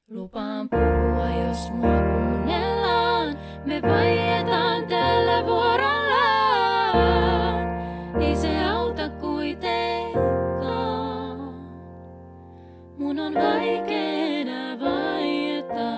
Lupaan puhua, jos mua kuunnellaan. Me vaietaan tällä vuorollaan. Ei se auta kuitenkaan. Mun on vaikeena vaieta.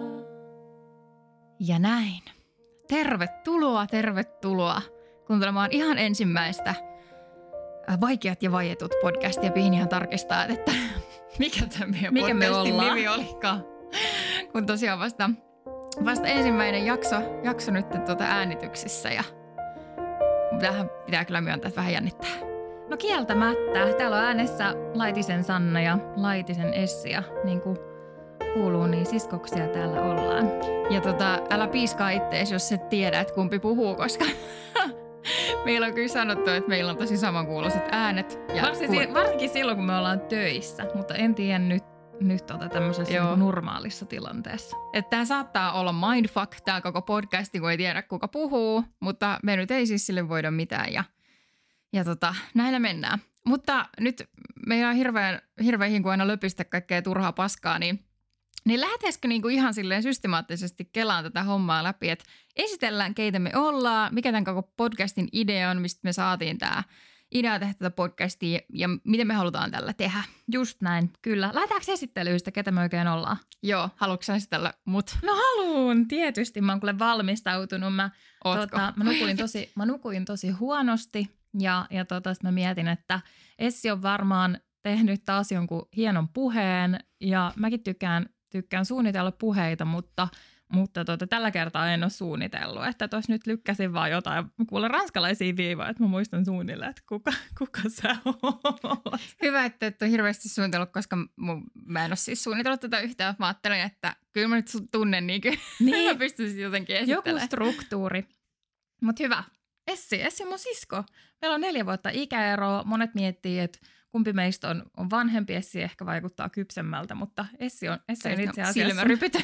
Ja näin. Tervetuloa kuuntelemaan ihan ensimmäistä Vaikeat ja vaietut podcastia. Pihin ihan tarkistaa, että mikä tämä meidän podcastin nimi olikaan. Kun tosiaan vasta ensimmäinen jakso nyt äänityksissä ja tähän pitää kyllä myöntää, että vähän jännittää. No kieltämättä. Täällä on äänessä Laitisen Sanna ja Laitisen Essi ja niin kuin kuuluu, niin siskoksia täällä ollaan. Ja älä piiskaa ittees, jos et tiedä, että kumpi puhuu, koska meillä on kyllä sanottu, että meillä on tosi samankuuloiset äänet. Varsinkin silloin, kun me ollaan töissä, mutta en tiedä nyt tämmöisessä niin normaalissa tilanteessa. Että tämä saattaa olla mindfuck, tämä koko podcasti, kun ei tiedä kuka puhuu, mutta me nyt ei siis sille voida mitään ja näillä mennään. Mutta nyt meillä on hirveän hinku aina löpistä kaikkea turhaa paskaa, niin lähdetäänkö niinku ihan silleen systemaattisesti kelaan tätä hommaa läpi, että esitellään keitä me ollaan, mikä tämän koko podcastin idea on, mistä me saatiin tämä idea tehdä tätä podcastia ja miten me halutaan tällä tehdä. Just näin, kyllä. Lähdetäänkö esittelyistä, ketä me oikein ollaan? Joo, haluatko sä esitellä mut? No haluun, tietysti. Mä oon kyllä valmistautunut. Mä nukuin tosi huonosti ja sit mä mietin, että Essi on varmaan tehnyt taas jonkun hienon puheen ja mäkin tykkään suunnitella puheita, mutta tällä kertaa en ole suunnitellut, että tuossa nyt lykkäsin vaan jotain, kuulen ranskalaisia viivoja, että mä muistan suunnilleen, että kuka sä oot. Hyvä, että et ole hirveästi suunnitellut, koska mä en ole siis suunnitellut tätä yhtään. Mä ajattelin, että kyllä mä nyt tunnen niin mä pystyisin jotenkin esittelemään. Joku struktuuri. Mutta hyvä. Essi on mun sisko. Meillä on 4 vuotta ikäeroa. Monet miettii, että kumpi meistä on vanhempi. Essi ehkä vaikuttaa kypsemmältä, mutta Essi on itse asiassa silmärypyt.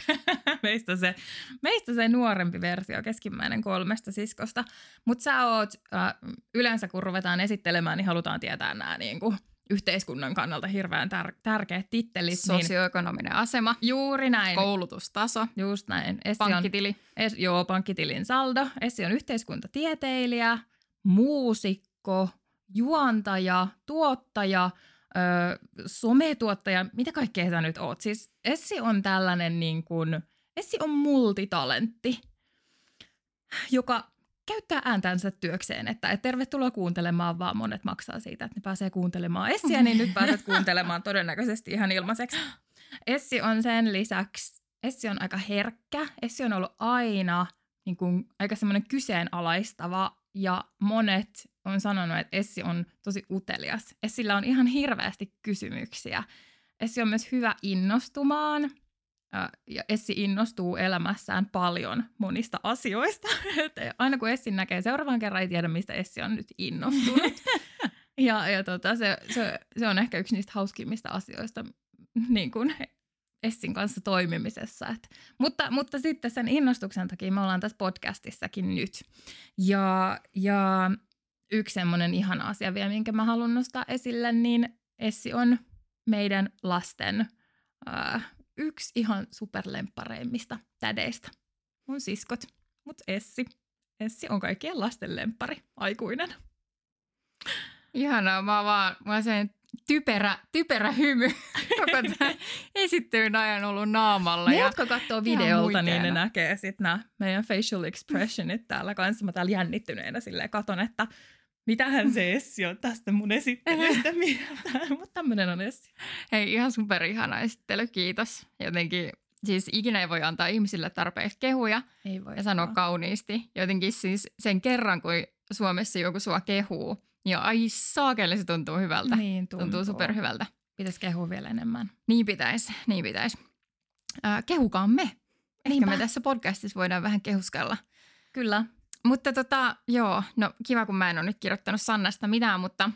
meistä se nuorempi versio, keskimmäinen 3 siskosta. Mutta sä oot, yleensä kun ruvetaan esittelemään, niin halutaan tietää nämä niinku yhteiskunnan kannalta hirveän tärkeät tittelit. Sosioekonominen asema. Juuri näin. Koulutustaso. Just näin. Pankkitili. Pankkitilin saldo. Essi on yhteiskuntatieteilijä, muusikko, juontaja, tuottaja, sometuottaja. Mitä kaikkea sä nyt oot? Siis Essi on tällainen Essi on multitalentti, joka käyttää ääntänsä työkseen, että tervetuloa kuuntelemaan, vaan monet maksaa siitä, että ne pääsee kuuntelemaan Essiä, niin nyt pääset kuuntelemaan todennäköisesti ihan ilmaiseksi. Essi on sen lisäksi, Essi on aika herkkä, Essi on ollut aina aika semmoinen kyseenalaistava ja monet on sanonut, että Essi on tosi utelias. Essillä on ihan hirveästi kysymyksiä. Essi on myös hyvä innostumaan. Ja Essi innostuu elämässään paljon monista asioista. Aina kun Essi näkee seuraavan kerran, ei tiedä, mistä Essi on nyt innostunut. Se on ehkä yksi niistä hauskimmista asioista niin kuin Essin kanssa toimimisessa. Mutta sitten sen innostuksen takia me ollaan tässä podcastissakin nyt. Ja yksi semmoinen ihana asia vielä, minkä mä haluan nostaa esille, niin Essi on meidän lasten yksi ihan superlemppareimmista tädeistä. Mun siskot, mut Essi on kaikkien lasten lemppari, aikuinen. Ihanaa, mä oon sen typerä hymy koko tämän esittelyn ajan ollut naamalla. Ne, jotka katsoo videolta, niin ne näkee sitten nämä meidän facial expressionit täällä kanssa. Mä täällä jännittyneenä silleen katon, että mitähän se Essi on tästä mun esittelystä mieltä. Mutta tämmönen on Essi. Hei, ihan superihana esittely, kiitos. Jotenkin siis ikinä ei voi antaa ihmisille tarpeeksi kehuja ja sanoa kauniisti. Jotenkin siis sen kerran, kun Suomessa joku sua kehuu, niin ai saakelle se tuntuu hyvältä. Niin tuntuu superhyvältä. Pitäisi kehua vielä enemmän. Niin pitäisi. Kehukaan me. Ehkä me tässä podcastissa voidaan vähän kehuskella. Kyllä. Mutta no kiva, kun mä en ole nyt kirjoittanut Sannasta mitään, mutta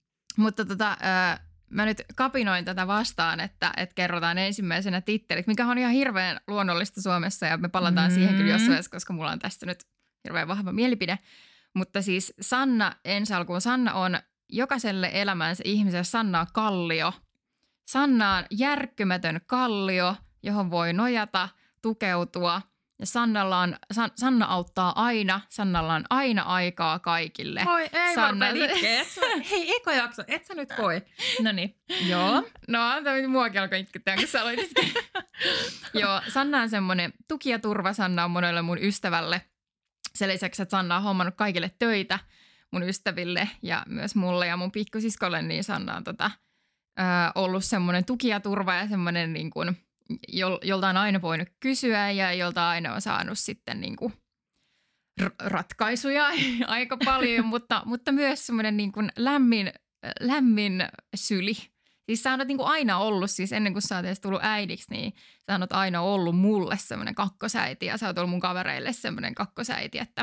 mä nyt kapinoin tätä vastaan, että kerrotaan ensimmäisenä tittelit, mikä on ihan hirveän luonnollista Suomessa ja me palataan siihen kyllä jossain vaiheessa, koska mulla on tästä nyt hirveän vahva mielipide. Mutta siis Sanna, ensi alkuun Sanna on jokaiselle elämänsä ihmiselle, Sanna on kallio. Sanna on järkkymätön kallio. johon voi nojata, tukeutua. Ja Sanna auttaa aina. Sannalla on aina aikaa kaikille. Oi, ei Sanna... Hei, eka jakso, et sä nyt koi. Noniin, joo. No, muakin alkoi itkettää, kun sä aloit itkettää. Joo, Sanna on semmoinen tuki ja turva. Sanna on monelle mun ystävälle. Sen lisäksi, että Sanna on hommannut kaikille töitä mun ystäville ja myös mulle ja mun pikkusiskolle, niin Sanna on ollut semmoinen tuki ja turva ja semmoinen niin kuin, jolta on aina voinut kysyä ja jolta aina on saanut sitten niin kuin ratkaisuja aika paljon, mutta myös semmoinen niin kuin lämmin syli. Siis sä oot niin kuin aina ollut, siis ennen kuin sä oot edes tullut äidiksi, niin sä oot aina ollut mulle semmoinen kakkosäiti ja sä oot ollut mun kavereille semmoinen kakkosäiti, että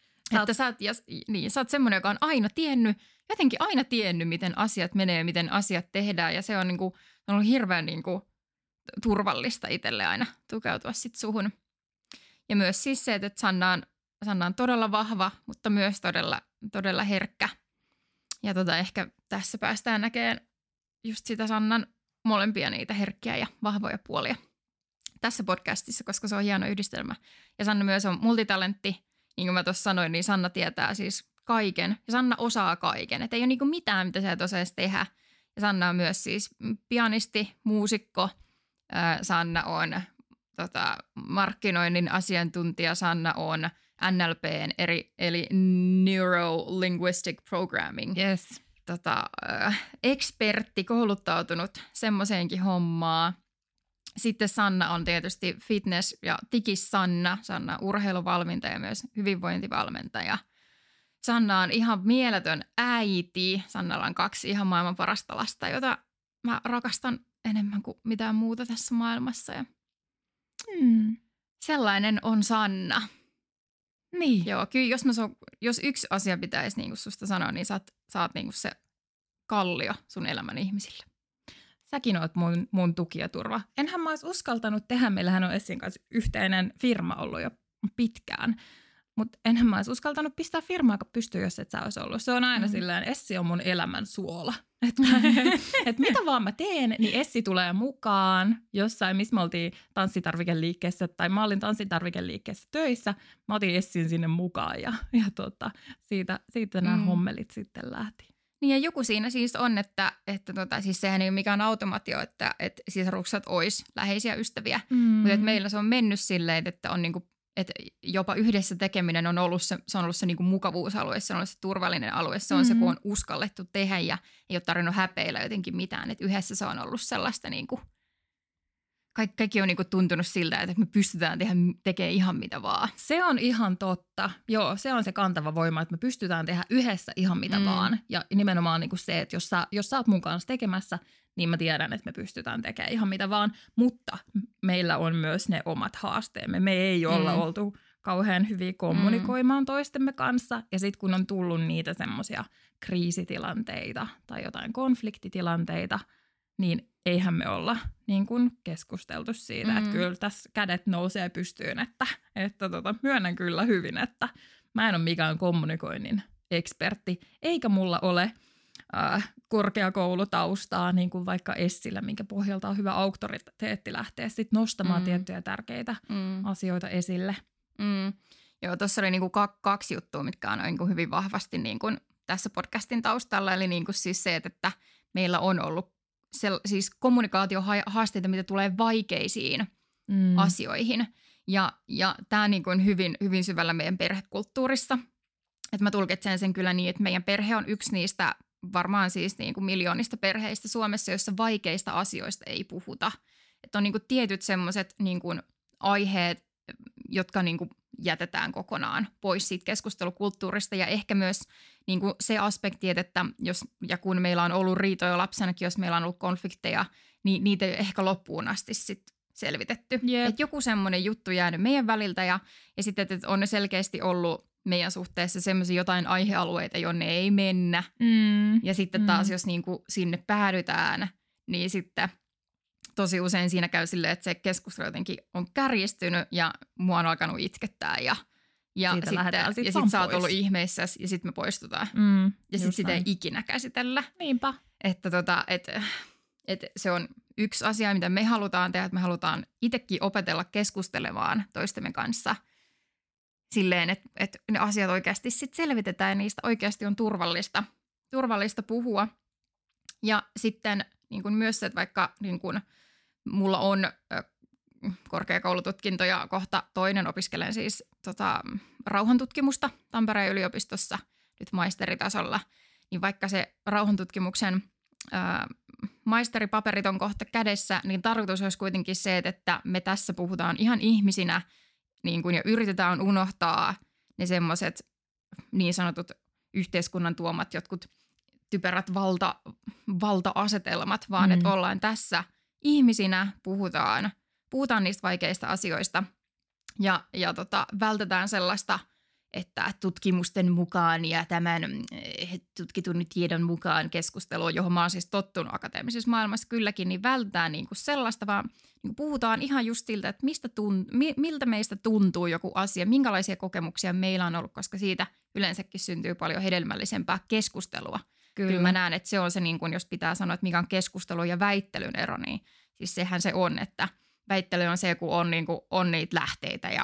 sä oot semmoinen, joka on jotenkin aina tiennyt, miten asiat menee, miten asiat tehdään ja se on, niin kuin, on ollut hirveän niin kuin turvallista itselle aina tukeutua sit suhun. Ja myös siis se, että Sanna on todella vahva, mutta myös todella, todella herkkä. Ja ehkä tässä päästään näkemään just sitä Sannan molempia niitä herkkiä ja vahvoja puolia tässä podcastissa, koska se on hieno yhdistelmä. Ja Sanna myös on multitalentti. Niin kuin mä tuossa sanoin, niin Sanna tietää siis kaiken. Ja Sanna osaa kaiken. Että ei ole niinku mitään, mitä sä et osaisi tehdä. Ja Sanna on myös siis pianisti, muusikko. Sanna on markkinoinnin asiantuntija. Sanna on NLPn eli Neuro Linguistic Programming. Yes. Ekspertti, kouluttautunut semmoiseenkin hommaa. Sitten Sanna on tietysti fitness- ja digis-Sanna. Sanna on urheiluvalmentaja ja myös hyvinvointivalmentaja. Sanna on ihan mieletön äiti. Sannalla on 2 ihan maailman parasta lasta, jota mä rakastan enemmän kuin mitään muuta tässä maailmassa. Ja sellainen on Sanna. Niin. Joo, kyllä jos yksi asia pitäisi niinku susta sanoa, niin sä oot niinku se kallio sun elämän ihmisille. Säkin oot mun tuki ja turva. Enhän mä olisi uskaltanut tehdä, meillähän on Essin kanssa yhteinen firma ollut jo pitkään. Mutta enhän mä olisi uskaltanut pistää firmaa pystyyn, jos et sä olisi ollut. Se on aina silleen, Essi on mun elämän suola. Että mitä vaan mä teen, niin Essi tulee mukaan jossain, missä me oltiin tanssitarvikeliikkeessä, tai mä olin tanssitarvikeliikkeessä töissä. Mä otin Essin sinne mukaan ja siitä nämä hommelit sitten lähti. Niin ja joku siinä siis on, että siis sehän ei ole mikään automaatio, että sisarukset olisi läheisiä ystäviä. Mutta meillä se on mennyt silleen, että on niinku, että jopa yhdessä tekeminen on ollut se on ollut se niinku mukavuusalue, se on ollut se turvallinen alue. Se on se, kun on uskallettu tehdä ja ei ole tarvinnut häpeillä jotenkin mitään. Että yhdessä se on ollut sellaista niinku, kaikki on niinku tuntunut siltä, että me pystytään tekemään ihan mitä vaan. Se on ihan totta. Joo, se on se kantava voima, että me pystytään tehdä yhdessä ihan mitä vaan. Ja nimenomaan niinku se, että jos sä oot mun kanssa tekemässä, niin mä tiedän, että me pystytään tekemään ihan mitä vaan. Mutta meillä on myös ne omat haasteemme. Me ei olla oltu kauhean hyviä kommunikoimaan toistemme kanssa. Ja sitten kun on tullut niitä semmoisia kriisitilanteita tai jotain konfliktitilanteita, niin eihän me olla niin kuin keskusteltu siitä, että kyllä tässä kädet nousee pystyyn, että myönnän kyllä hyvin, että mä en ole mikään kommunikoinnin ekspertti, eikä mulla ole korkeakoulutaustaa, niin kuin vaikka Essillä, minkä pohjalta on hyvä auktoriteetti lähteä sitten nostamaan tiettyjä tärkeitä asioita esille. Joo, tuossa oli niin kuin 2 juttua, mitkä on niin kuin hyvin vahvasti niin kuin tässä podcastin taustalla, eli niin kuin siis se, että meillä on ollut siis kommunikaatiohaasteita, mitä tulee vaikeisiin asioihin. Ja tämä niin kuin hyvin, hyvin syvällä meidän perhekulttuurissa. Et mä tulkitsen sen kyllä niin, että meidän perhe on yksi niistä varmaan siis niin kuin miljoonista perheistä Suomessa, joissa vaikeista asioista ei puhuta. Että on niin kuin tietyt semmoiset niin kuin aiheet, jotka niin kuin jätetään kokonaan pois siitä keskustelukulttuurista ja ehkä myös niin kuin se aspekti, että jos ja kun meillä on ollut riitoja lapsenakin, jos meillä on ollut konflikteja, niin niitä ei ole ehkä loppuun asti sit selvitetty. Yep. Että joku semmoinen juttu jäänyt meidän väliltä ja sitten, että on selkeästi ollut meidän suhteessa semmoisia jotain aihealueita, jonne ei mennä. Ja sitten taas, jos niin kuin sinne päädytään, niin sitten tosi usein siinä käy silleen, että se keskustelu jotenkin on kärjistynyt ja mua on alkanut itkettää ja sitten sä oot ollut ihmeissä ja sitten me poistutaan. Ja sitten sitä ei ikinä käsitellä. Niinpä. Että että se on yksi asia, mitä me halutaan tehdä, että me halutaan itsekin opetella keskustelemaan toistemme kanssa silleen, että ne asiat oikeasti sitten selvitetään ja niistä oikeasti on turvallista puhua. Ja sitten niin kuin myös se, että vaikka niin kuin mulla on korkeakoulututkinto ja kohta toinen opiskelen siis rauhantutkimusta Tampereen yliopistossa nyt maisteritasolla, niin vaikka se rauhantutkimuksen maisteripaperit on kohta kädessä, niin tarkoitus olisi kuitenkin se, että me tässä puhutaan ihan ihmisinä niin kuin, ja yritetään unohtaa ne semmoiset niin sanotut yhteiskunnan tuomat jotkut typerät valta-asetelmat, vaan että ollaan tässä ihmisinä, puhutaan niistä vaikeista asioista ja vältetään sellaista, että tutkimusten mukaan ja tämän tutkitun tiedon mukaan keskustelua, johon mä oon siis tottunut akateemisessa maailmassa kylläkin, niin vältetään niinku sellaista, vaan niinku puhutaan ihan just siltä, että miltä meistä tuntuu joku asia, minkälaisia kokemuksia meillä on ollut, koska siitä yleensäkin syntyy paljon hedelmällisempää keskustelua. Kyllä mä näen, että se on se, niin kun jos pitää sanoa, että mikä on keskustelun ja väittelyn ero, niin siis sehän se on, että väittely on se, kun on niitä lähteitä ja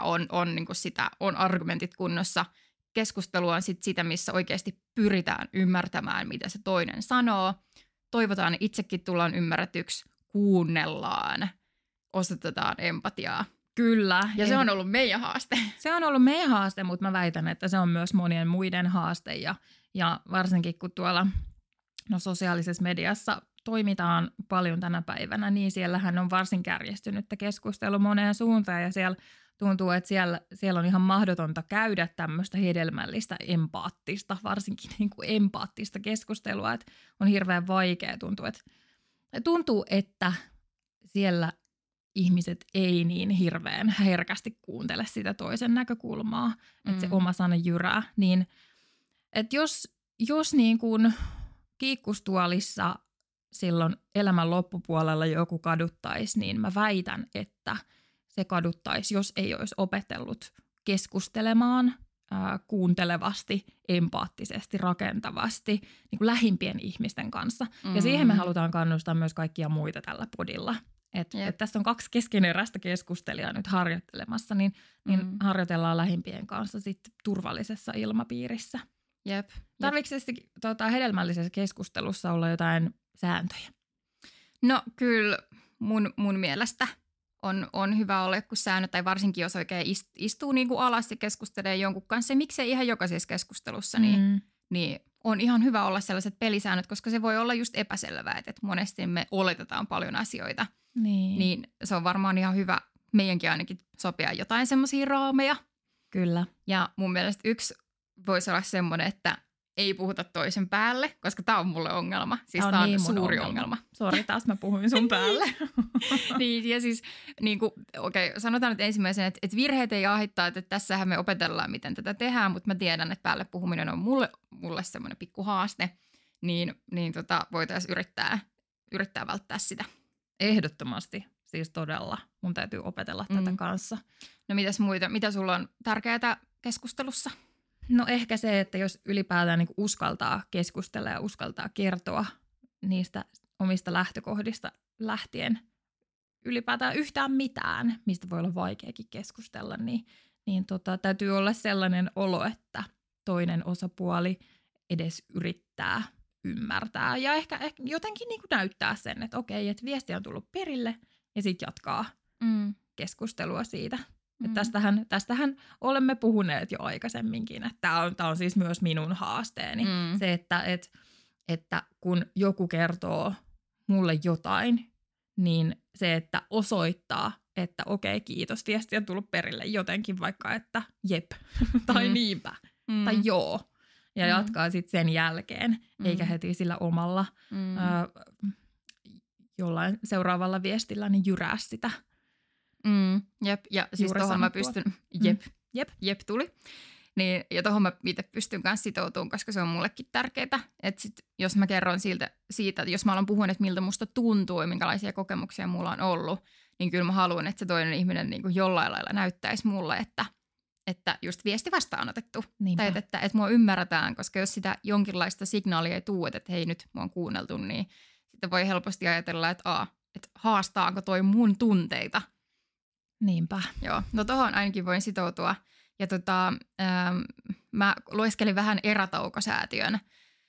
on argumentit kunnossa. Keskustelu on sitä, missä oikeasti pyritään ymmärtämään, mitä se toinen sanoo. Toivotaan, että itsekin tullaan ymmärretyksi, kuunnellaan, osoitetaan empatiaa. Kyllä. Ja se on ollut meidän haaste. Se on ollut meidän haaste, mutta mä väitän, että se on myös monien muiden haaste. Ja varsinkin kun tuolla sosiaalisessa mediassa toimitaan paljon tänä päivänä, niin siellähän on varsin kärjestynyttä keskustelua moneen suuntaan ja siellä tuntuu, että siellä on ihan mahdotonta käydä tämmöistä hedelmällistä, varsinkin niin kuin empaattista keskustelua, että on hirveän vaikea. Tuntuu, että siellä ihmiset ei niin hirveän herkästi kuuntele sitä toisen näkökulmaa, että se oma sana jyrää. Niin, että jos niin kuin kiikkustuolissa silloin elämän loppupuolella joku kaduttaisi, niin mä väitän, että se kaduttaisi, jos ei olisi opetellut keskustelemaan kuuntelevasti, empaattisesti, rakentavasti niin kuin lähimpien ihmisten kanssa. Ja siihen me halutaan kannustaa myös kaikkia muita tällä podilla. Että tässä on 2 keskeneräistä keskustelijaa nyt harjoittelemassa, niin harjoitellaan lähimpien kanssa sit turvallisessa ilmapiirissä. Jep. Tarvitsetko hedelmällisessä keskustelussa olla jotain sääntöjä? No kyllä mun mielestä on hyvä olla joku säännöt, tai varsinkin jos oikein istuu niin kuin alas ja keskustelee jonkun kanssa. Ja miksei ihan jokaisessa keskustelussa, niin on ihan hyvä olla sellaiset pelisäännöt, koska se voi olla just epäselvää, että monesti me oletetaan paljon asioita. Niin se on varmaan ihan hyvä meidänkin ainakin sopia jotain semmoisia raameja. Kyllä. Ja mun mielestä yksi voisi olla semmoinen, että ei puhuta toisen päälle, koska tämä on mulle ongelma. Siis tämä on niin suuri ongelma. Sori, taas mä puhuin sun päälle. Niin, ja siis niin kuin, sanotaan nyt ensimmäisenä, että virheet ei haittaa, että tässähän me opetellaan, miten tätä tehdään, mutta mä tiedän, että päälle puhuminen on mulle semmoinen pikku haaste, niin voitaisiin yrittää välttää sitä. Ehdottomasti, siis todella. Mun täytyy opetella tätä kanssa. No mitäs muita? Mitä sulla on tärkeää keskustelussa? No ehkä se, että jos ylipäätään niin kuin uskaltaa keskustella ja uskaltaa kertoa niistä omista lähtökohdista lähtien ylipäätään yhtään mitään, mistä voi olla vaikeakin keskustella, niin täytyy olla sellainen olo, että toinen osapuoli edes yrittää ymmärtää ja ehkä jotenkin niin kuin näyttää sen, että okei, että viesti on tullut perille ja sitten jatkaa keskustelua siitä. Tästähän olemme puhuneet jo aikaisemminkin, että tämä on siis myös minun haasteeni. Se, että kun joku kertoo mulle jotain, niin se, että osoittaa, että okei, kiitos, viesti on tullut perille jotenkin vaikka, että jep, tai niinpä, tai joo. Ja jatkaa sitten sen jälkeen, eikä heti sillä omalla jollain seuraavalla viestillä niin jyrää sitä. Jep, ja siis tohon mä pystyn, jep tuli. Niin, ja tohon mä itse pystyn kanssa sitoutumaan, koska se on mullekin tärkeää. Että sit, jos mä kerron siitä, jos mä alan puhua, että miltä musta tuntuu ja minkälaisia kokemuksia mulla on ollut, niin kyllä mä haluan, että se toinen ihminen niin kuin jollain lailla näyttäisi mulle, että just viesti vastaanotettu. Tai että mua ymmärretään, koska jos sitä jonkinlaista signaalia ei tule, että hei nyt mua on kuunneltu, niin sitten voi helposti ajatella, että haastaako toi mun tunteita. Niinpä. Joo, no tohon ainakin voin sitoutua. Ja mä lueskelin vähän Erätauko-säätiön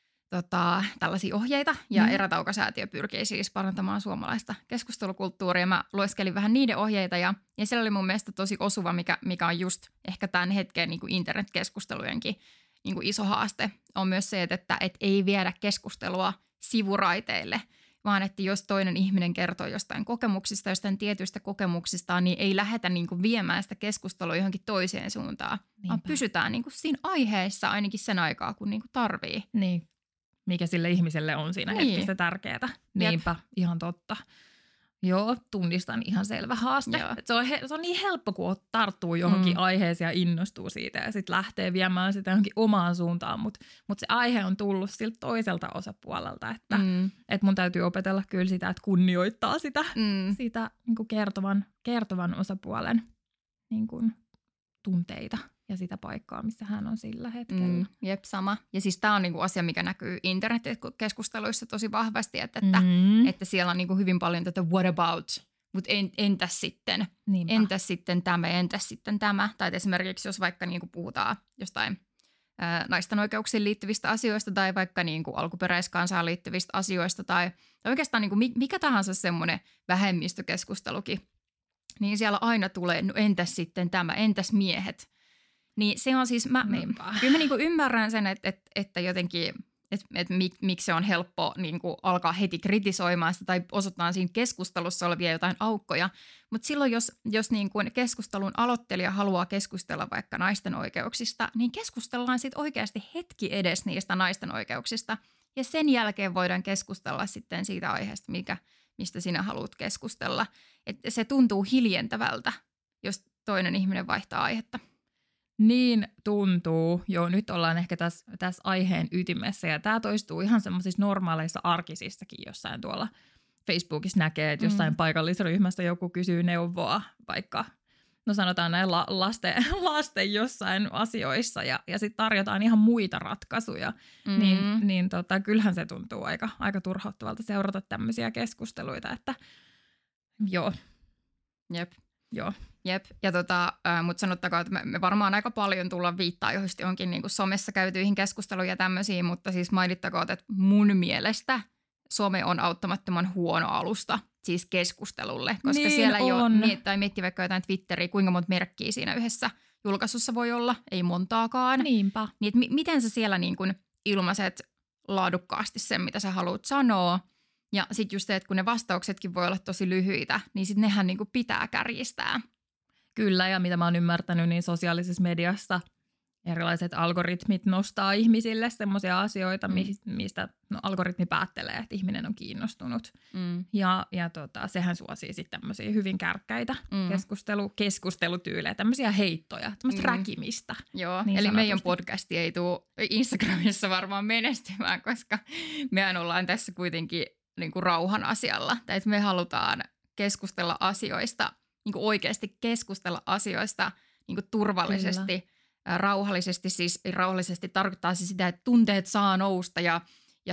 tällaisia ohjeita, ja Erätauko-säätiö pyrkii siis parantamaan suomalaista keskustelukulttuuria. Mä lueskelin vähän niiden ohjeita, ja siellä oli mun mielestä tosi osuva, mikä on just ehkä tämän hetken niin kuin internetkeskustelujenkin niin kuin iso haaste, on myös se, että ei viedä keskustelua sivuraiteille, vaan että jos toinen ihminen kertoo jostain kokemuksista, jostain tietyistä kokemuksista, niin ei lähdetä niin kuin viemään sitä keskustelua johonkin toiseen suuntaan, vaan pysytään niin kuin siinä aiheessa ainakin sen aikaa, kun niin kuin tarvii. Niin, mikä sille ihmiselle on siinä hetkessä tärkeää. Niinpä, ihan totta. Joo, tunnistan ihan selvä haaste. Se on niin helppo, kun tarttuu johonkin aiheeseen ja innostuu siitä ja sitten lähtee viemään sitä johonkin omaan suuntaan. Mutta se aihe on tullut siltä toiselta osapuolelta, että mun täytyy opetella kyllä sitä, että kunnioittaa sitä niin kuin kertovan osapuolen niin kuin tunteita ja sitä paikkaa, missä hän on sillä hetkellä. Jep, sama. Ja siis tämä on niinku asia, mikä näkyy internetkeskusteluissa tosi vahvasti, että siellä on niinku hyvin paljon tätä what about, mutta entäs sitten? Niinpä. Entäs sitten tämä? Tai esimerkiksi jos vaikka niinku puhutaan jostain naisten oikeuksiin liittyvistä asioista tai vaikka niinku alkuperäiskansaan liittyvistä asioista tai oikeastaan niinku mikä tahansa semmoinen vähemmistökeskustelukin, niin siellä aina tulee, no entäs sitten tämä, entäs miehet? Niin se on siis, kyllä mä niinku ymmärrän sen, että jotenkin, että miksi se on helppo niinku alkaa heti kritisoimaan sitä tai osoittaa siinä keskustelussa olevia jotain aukkoja. Mutta silloin, jos niinku keskustelun aloittelija haluaa keskustella vaikka naisten oikeuksista, niin keskustellaan sitten oikeasti hetki edes niistä naisten oikeuksista. Ja sen jälkeen voidaan keskustella sitten siitä aiheesta, mistä sinä haluat keskustella. Et se tuntuu hiljentävältä, jos toinen ihminen vaihtaa aihetta. Niin tuntuu. Joo, nyt ollaan ehkä tässä aiheen ytimessä ja tämä toistuu ihan semmoisissa normaaleissa arkisissakin jossain tuolla Facebookissa näkee, että jossain paikallisryhmässä joku kysyy neuvoa vaikka, no sanotaan näin lasten jossain asioissa ja sitten tarjotaan ihan muita ratkaisuja, niin kyllähän se tuntuu aika turhauttavalta seurata tämmöisiä keskusteluita, että joo. Jep. Joo. Jep, ja mutta sanottakaa, että me varmaan aika paljon tullaan viittaa johonkin niin kuin somessa käytyihin keskusteluihin ja tämmöisiin, mutta siis mainittakoon, että mun mielestä some on auttamattoman huono alusta siis keskustelulle, koska niin siellä ei on. ole, tai miettii vaikka jotain Twitteriä, kuinka monta merkkiä siinä yhdessä julkaisussa voi olla, ei montaakaan. Niinpä. Niin, miten sä siellä niin kuin ilmaiset laadukkaasti sen, mitä sä haluat sanoa. Ja sitten just se, että kun ne vastauksetkin voi olla tosi lyhyitä, niin sitten nehän niinku pitää kärjistää. Kyllä, ja mitä mä oon ymmärtänyt, niin sosiaalisessa mediassa erilaiset algoritmit nostaa ihmisille semmoisia asioita, mistä algoritmi päättelee, että ihminen on kiinnostunut. Ja sehän suosii sitten tämmöisiä hyvin kärkkäitä keskustelutyylejä, tämmöisiä heittoja, tämmöistä räkimistä. Joo, niin eli sanotusti. Meidän podcasti ei tule Instagramissa varmaan menestymään, koska mehän ollaan tässä kuitenkin niin kuin rauhan asialla. Tai että me halutaan keskustella asioista, niin kuin oikeasti keskustella asioista niin kuin turvallisesti, rauhallisesti. Siis rauhallisesti tarkoittaa siis sitä, että tunteet saa nousta ja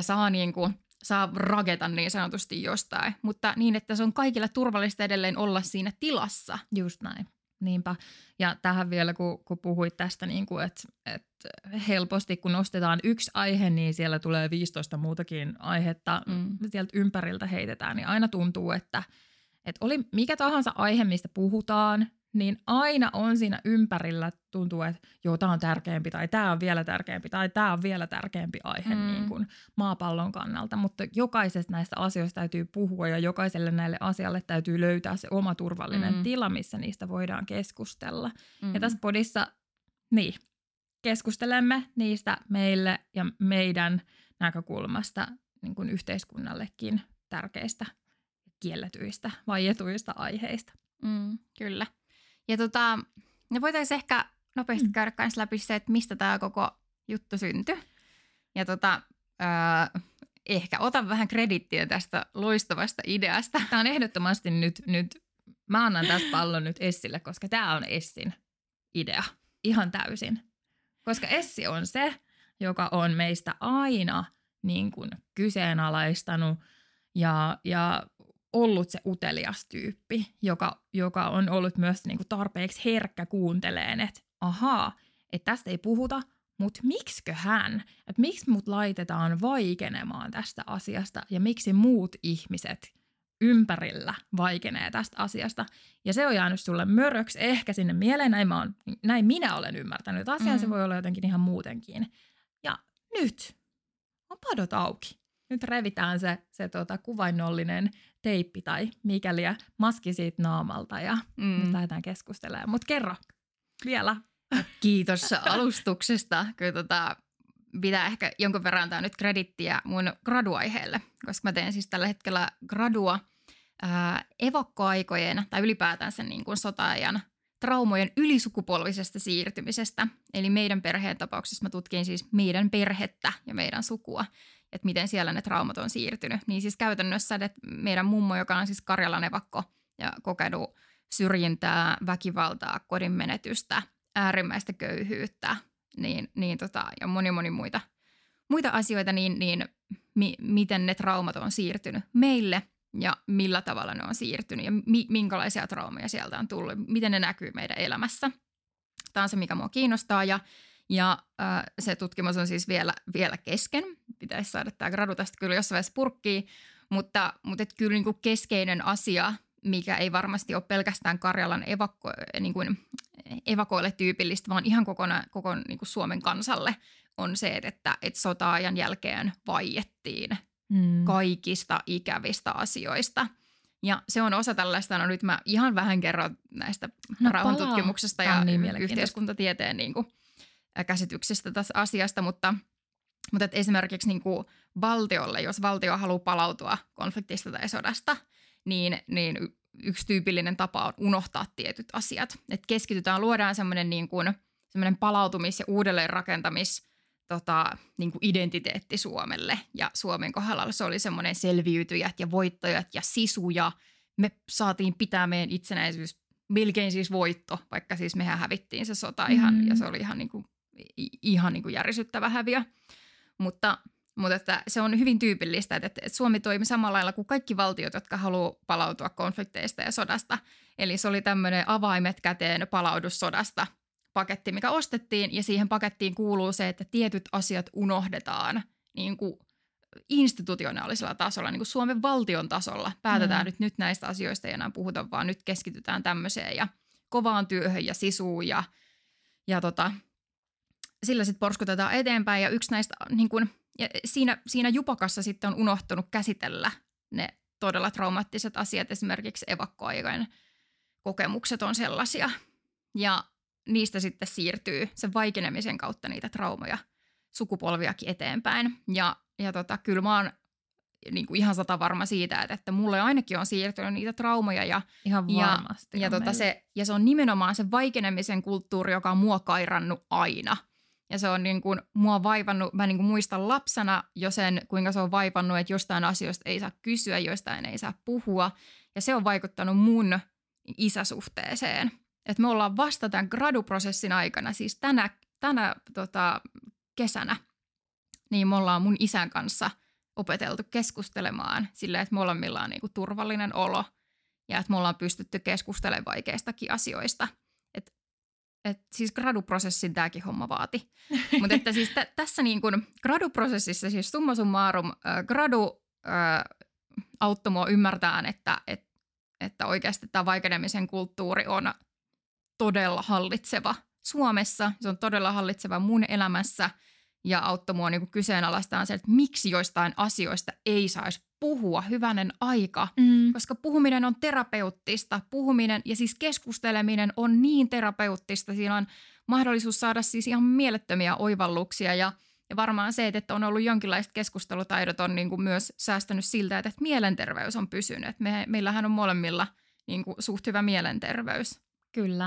saa rageta niin sanotusti jostain. Mutta niin, että se on kaikilla turvallista edelleen olla siinä tilassa. Just näin. Niinpä. Ja tähän vielä, kun puhuit tästä, niin että helposti kun nostetaan yksi aihe, niin siellä tulee 15 muutakin aihetta. Sieltä ympäriltä heitetään, niin aina tuntuu, että oli mikä tahansa aihe, mistä puhutaan, niin aina on siinä ympärillä, tuntuu, että joo, tämä on tärkeämpi tai tämä on vielä tärkeämpi tai tämä on vielä tärkeämpi aihe niin kuin maapallon kannalta. Mutta jokaisesta näistä asioista täytyy puhua ja jokaiselle näille asialle täytyy löytää se oma turvallinen tila, missä niistä voidaan keskustella. Ja tässä podissa keskustelemme niistä meille ja meidän näkökulmasta niin kuin yhteiskunnallekin tärkeistä, kielletyistä, vaietuista aiheista. Kyllä. Ja me voitaisiin ehkä nopeasti käydä kanssa läpi se, että mistä tämä koko juttu syntyi. Ja ehkä otan vähän kredittiä tästä loistavasta ideasta. Tämä on ehdottomasti nyt mä annan tässä pallon nyt Essille, koska tämä on Essin idea ihan täysin. Koska Essi on se, joka on meistä aina niin kuin kyseenalaistanut ja ollut se utelias tyyppi, joka on ollut myös niin kuin tarpeeksi herkkä kuunteleen, että ahaa, että tästä ei puhuta, mutta miksiköhän, että miksi mut laitetaan vaikenemaan tästä asiasta ja miksi muut ihmiset ympärillä vaikenee tästä asiasta. Ja se on jäänyt sulle möröksi ehkä sinne mieleen, näin minä olen ymmärtänyt asian, se voi olla jotenkin ihan muutenkin. Ja nyt on padot auki. Nyt revitään se kuvainnollinen teippi tai mikäli ja maski siitä naamalta ja nyt lähdetään keskustelemaan. Mutta kerro vielä. Kiitos alustuksesta. Kyllä pitää ehkä jonkun verran antaa nyt kredittiä mun graduaiheelle, koska mä teen siis tällä hetkellä gradua evakkoaikojen tai ylipäätänsä niin kuin sota-ajan traumojen ylisukupolvisesta siirtymisestä. Eli meidän perheen tapauksessa mä tutkin siis meidän perhettä ja meidän sukua, että miten siellä ne traumat on siirtynyt. Niin siis käytännössä, että meidän mummo, joka on siis Karjalan evakko ja kokenut syrjintää, väkivaltaa, kodinmenetystä, äärimmäistä köyhyyttä ja moni muita asioita, miten ne traumat on siirtynyt meille ja millä tavalla ne on siirtynyt ja minkälaisia traumaja sieltä on tullut, miten ne näkyy meidän elämässä. Tämä on se, mikä mua kiinnostaa ja se tutkimus on siis vielä kesken. Pitäisi saada tämä gradu tästä kyllä jossain vaiheessa purkkiin, mutta kyllä niin kuin keskeinen asia, mikä ei varmasti ole pelkästään Karjalan evakoille tyypillistä, vaan ihan koko niin kuin Suomen kansalle, on se, että sota-ajan jälkeen vaiettiin kaikista ikävistä asioista. Ja se on osa tällaista, nyt mä ihan vähän kerron näistä rauhantutkimuksesta ja yhteiskuntatieteen niin kuin käsityksestä tässä asiasta, mutta että esimerkiksi niin kuin valtiolle, jos valtio haluaa palautua konfliktista tai sodasta, niin yksi tyypillinen tapa on unohtaa tietyt asiat. Että keskitytään, luodaan semmoinen palautumis- ja uudelleenrakentamis niin kuin identiteetti Suomelle. Ja Suomen kohdalla se oli semmoinen selviytyjät ja voittajat ja sisu ja me saatiin pitää meidän itsenäisyys melkein siis voitto, vaikka siis mehän hävittiin se sota ihan ja se oli ihan niin kuin järisyttävä häviö. Mutta että se on hyvin tyypillistä, että Suomi toimi samalla lailla kuin kaikki valtiot, jotka haluaa palautua konflikteista ja sodasta. Eli se oli tämmöinen avaimet käteen palautus sodasta paketti, mikä ostettiin ja siihen pakettiin kuuluu se, että tietyt asiat unohdetaan niin kuin institutionaalisella tasolla, niin kuin Suomen valtion tasolla. Päätetään nyt näistä asioista ei enää puhuta, vaan nyt keskitytään tämmöiseen ja kovaan työhön ja sisuun ja sillä sitten porskutetaan eteenpäin ja yksi näistä niin kuin, ja siinä jupakassa sitten on unohtunut käsitellä ne todella traumaattiset asiat, esimerkiksi evakkoaikojen kokemukset on sellaisia ja niistä sitten siirtyy sen vaikenemisen kautta niitä traumoja sukupolviakin eteenpäin ja kyllä mä oon niin kuin ihan satavarma siitä, että mulle ainakin on siirtynyt niitä traumoja ja ihan varmasti se on nimenomaan se vaikenemisen kulttuuri, joka on mua kairannut aina. Ja se on niin kuin mua vaivannut, mä niin kuin muistan lapsena jo sen, kuinka se on vaivannut, että jostain asioista ei saa kysyä, jostain ei saa puhua. Ja se on vaikuttanut mun isäsuhteeseen. Että me ollaan vasta tämän graduprosessin aikana, siis tänä kesänä, niin me ollaan mun isän kanssa opeteltu keskustelemaan sillä, että molemmilla on niin kuin turvallinen olo ja että me ollaan pystytty keskustelemaan vaikeistakin asioista. Siis graduprosessin tämäkin homma vaati. Mutta että siis tässä niin kuin graduprosessissa, siis summa summarum, gradu auttoi mua ymmärtämään, että oikeasti tämä vaikenemisen kulttuuri on todella hallitseva Suomessa. Se on todella hallitseva mun elämässä ja auttoi mua niin kuin kyseenalaistaan se, että miksi joistain asioista ei saisi puhua hyvänen aika, koska puhuminen on terapeuttista. Puhuminen ja siis keskusteleminen on niin terapeuttista. Siinä on mahdollisuus saada siis ihan mielettömiä oivalluksia ja varmaan se, että on ollut jonkinlaiset keskustelutaidot on niin kuin myös säästänyt siltä, että mielenterveys on pysynyt. Että meillähän on molemmilla niin kuin suht hyvä mielenterveys. Kyllä.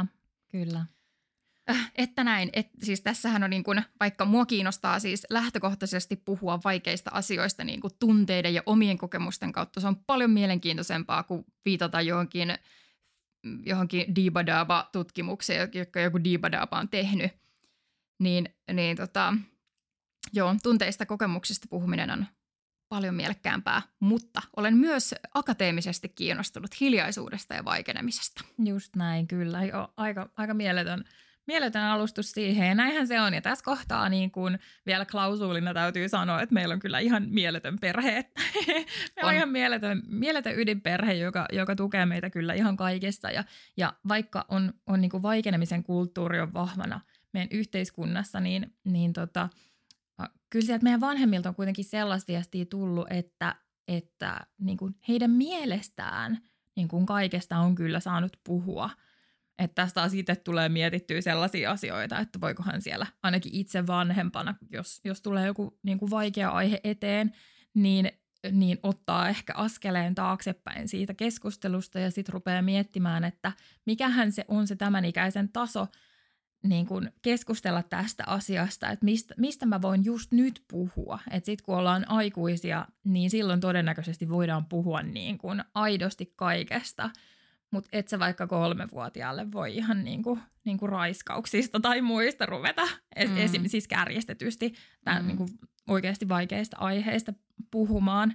Että näin, siis tässähän on niin kuin, vaikka mua kiinnostaa siis lähtökohtaisesti puhua vaikeista asioista niin kuin tunteiden ja omien kokemusten kautta, se on paljon mielenkiintoisempaa kuin viitata johonkin Diibadaaba-tutkimukseen, joka joku Diibadaaba on tehnyt. Tunteista kokemuksista puhuminen on paljon mielekkäämpää, mutta olen myös akateemisesti kiinnostunut hiljaisuudesta ja vaikenemisesta. Just näin, kyllä. Joo, aika mieletön alustus siihen. Ja näinhän se on. Ja tässä kohtaa niin kun vielä klausuulina täytyy sanoa, että meillä on kyllä ihan mieletön perhe. Meillä on ihan mieletön ydinperhe, joka tukee meitä kyllä ihan kaikessa. Ja vaikka on niin kuin vaikenemisen kulttuuri on vahvana meidän yhteiskunnassa, niin kyllä sieltä meidän vanhemmilta on kuitenkin sellaista viestiä tullut, että niin kuin heidän mielestään niin kuin kaikesta on kyllä saanut puhua. Että tästä taas itse tulee mietittyä sellaisia asioita, että voikohan siellä ainakin itse vanhempana, jos tulee joku niin kuin vaikea aihe eteen, niin ottaa ehkä askeleen taaksepäin siitä keskustelusta ja sitten rupeaa miettimään, että mikähän se on se tämän ikäisen taso niin kuin keskustella tästä asiasta, että mistä mä voin just nyt puhua. Että sitten kun ollaan aikuisia, niin silloin todennäköisesti voidaan puhua niin kuin aidosti kaikesta. Mutta et sä vaikka 3-vuotiaalle voi ihan niinku raiskauksista tai muista ruveta, esimerkiksi siis kärjestetysti niinku oikeasti vaikeista aiheista puhumaan.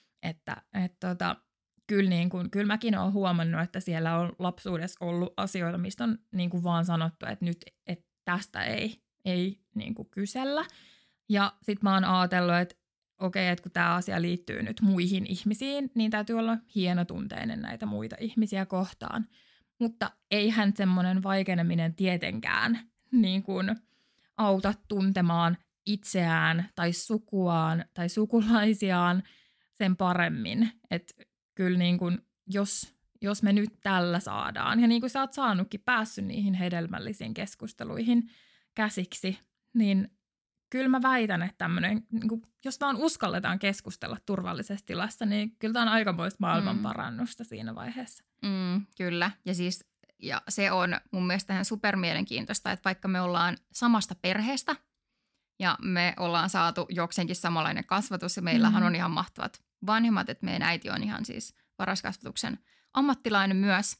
Kyllä mäkin olen huomannut, että siellä on lapsuudessa ollut asioita, mistä on niinku vaan sanottu, että nyt tästä ei niinku kysellä. Ja sit mä oon ajatellut, että okei, että kun tämä asia liittyy nyt muihin ihmisiin, niin täytyy olla hienotunteinen näitä muita ihmisiä kohtaan. Mutta eihän semmoinen vaikeneminen tietenkään niin kuin auta tuntemaan itseään tai sukuaan tai sukulaisiaan sen paremmin. Että kyllä niin kuin, jos me nyt tällä saadaan, ja niin kuin sä oot saanutkin päässyt niihin hedelmällisiin keskusteluihin käsiksi, niin kyllä mä väitän, että tämmöinen, niin jos vaan uskalletaan keskustella turvallisessa tilassa, niin kyllä tämä on aikamoista maailmanparannusta siinä vaiheessa. Kyllä, ja se on mun mielestä ihan supermielenkiintoista, että vaikka me ollaan samasta perheestä ja me ollaan saatu jokseenkin samanlainen kasvatus ja meillähän on ihan mahtavat vanhemmat, että meidän äiti on ihan siis varhaiskasvatuksen ammattilainen myös,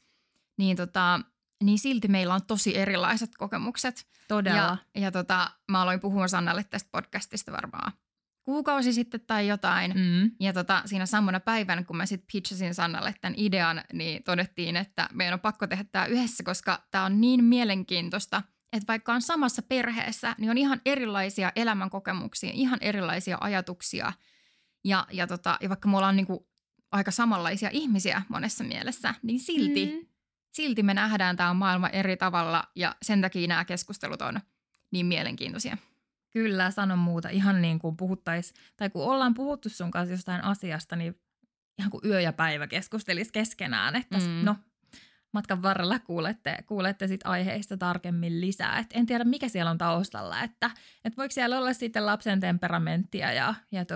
niin silti meillä on tosi erilaiset kokemukset. Todella. Ja mä aloin puhua Sannalle tästä podcastista varmaan kuukausi sitten tai jotain. Ja siinä samana päivänä, kun mä sitten pitchasin Sannalle tämän idean, niin todettiin, että meidän on pakko tehdä tämä yhdessä, koska tämä on niin mielenkiintoista, että vaikka on samassa perheessä, niin on ihan erilaisia elämänkokemuksia, ihan erilaisia ajatuksia. Ja vaikka me ollaan niinku aika samanlaisia ihmisiä monessa mielessä, niin silti me nähdään tämä maailma eri tavalla ja sen takia nämä keskustelut on niin mielenkiintoisia. Kyllä, sano muuta. Ihan niin kuin puhuttaisiin, tai kun ollaan puhuttu sun kanssa jostain asiasta, niin ihan kuin yö ja päivä keskustelisi keskenään, että matkan varrella kuulette sit aiheista tarkemmin lisää. Et en tiedä, mikä siellä on taustalla, että voiko siellä olla sitten lapsen temperamenttia ja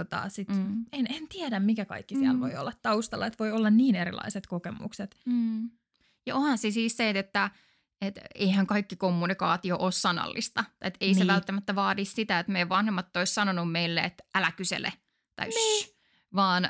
en tiedä, mikä kaikki siellä voi olla taustalla, että voi olla niin erilaiset kokemukset. Ja onhan se siis se, että eihän kaikki kommunikaatio ole sanallista. Että ei se välttämättä vaadi sitä, että meidän vanhemmat olisi sanonut meille, että älä kysele tai shh, vaan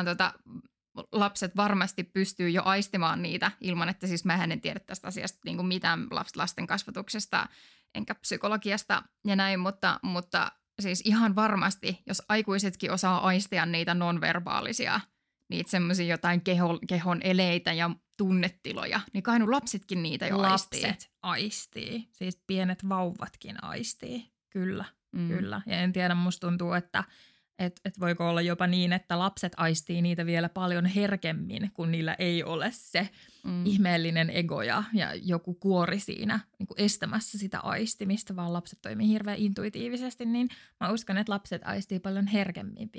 lapset varmasti pystyy jo aistimaan niitä ilman, että siis mähän en tiedä tästä asiasta niin kuin mitään lasten kasvatuksesta enkä psykologiasta ja näin, mutta siis ihan varmasti, jos aikuisetkin osaa aistia niitä nonverbaalisia, niitä semmoisia jotain kehon eleitä ja tunnetiloja, niin kai lapsetkin niitä jo aistii. Lapset aistii, siis pienet vauvatkin aistii, kyllä. Ja en tiedä, musta tuntuu, että voiko olla jopa niin, että lapset aistii niitä vielä paljon herkemmin, kun niillä ei ole se ihmeellinen ego ja joku kuori siinä niin kuin estämässä sitä aistimista, vaan lapset toimii hirveän intuitiivisesti, niin mä uskon, että lapset aistii paljon herkemmin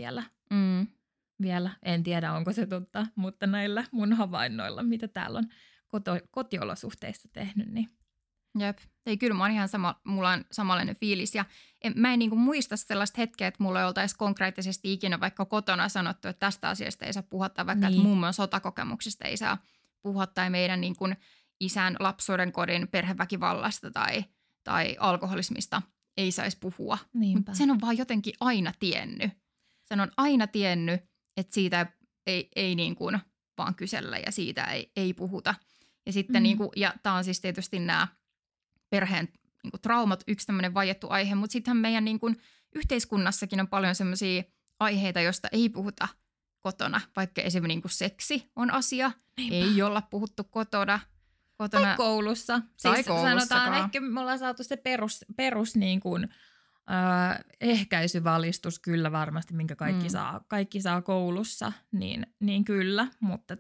vielä. En tiedä, onko se totta, mutta näillä mun havainnoilla, mitä täällä on kotiolosuhteissa tehnyt, niin jep. Ei, kyllä mä oon ihan mulla on samanlainen fiilis ja mä en niinku muista sellaista hetkeä, että mulla ei oltaisi konkreettisesti ikinä vaikka kotona sanottu, että tästä asiasta ei saa puhua tai vaikka että mummon sotakokemuksista ei saa puhua tai meidän niinku isän lapsuuden kodin perheväkivallasta tai alkoholismista ei saisi puhua. Mutta sen on vaan jotenkin aina tiennyt. Sen on aina tiennyt, että siitä ei niin kuin vaan kysellä ja siitä ei puhuta. Ja sitten ja tää on siis tietysti nämä perheen niin kuin traumat, yksi tämmöinen vaiettu aihe, mutta sittenhän meidän niin kuin yhteiskunnassakin on paljon semmoisia aiheita, josta ei puhuta kotona, vaikka esimerkiksi niin kuin seksi on asia, Niinpä. ei olla puhuttu kotona. Tai koulussa. Tai siis koulussakaan. sanotaan, ehkä me ollaan saatu se perus niin kuin, ehkäisyvalistus kyllä varmasti, minkä kaikki saa koulussa, niin kyllä, mutta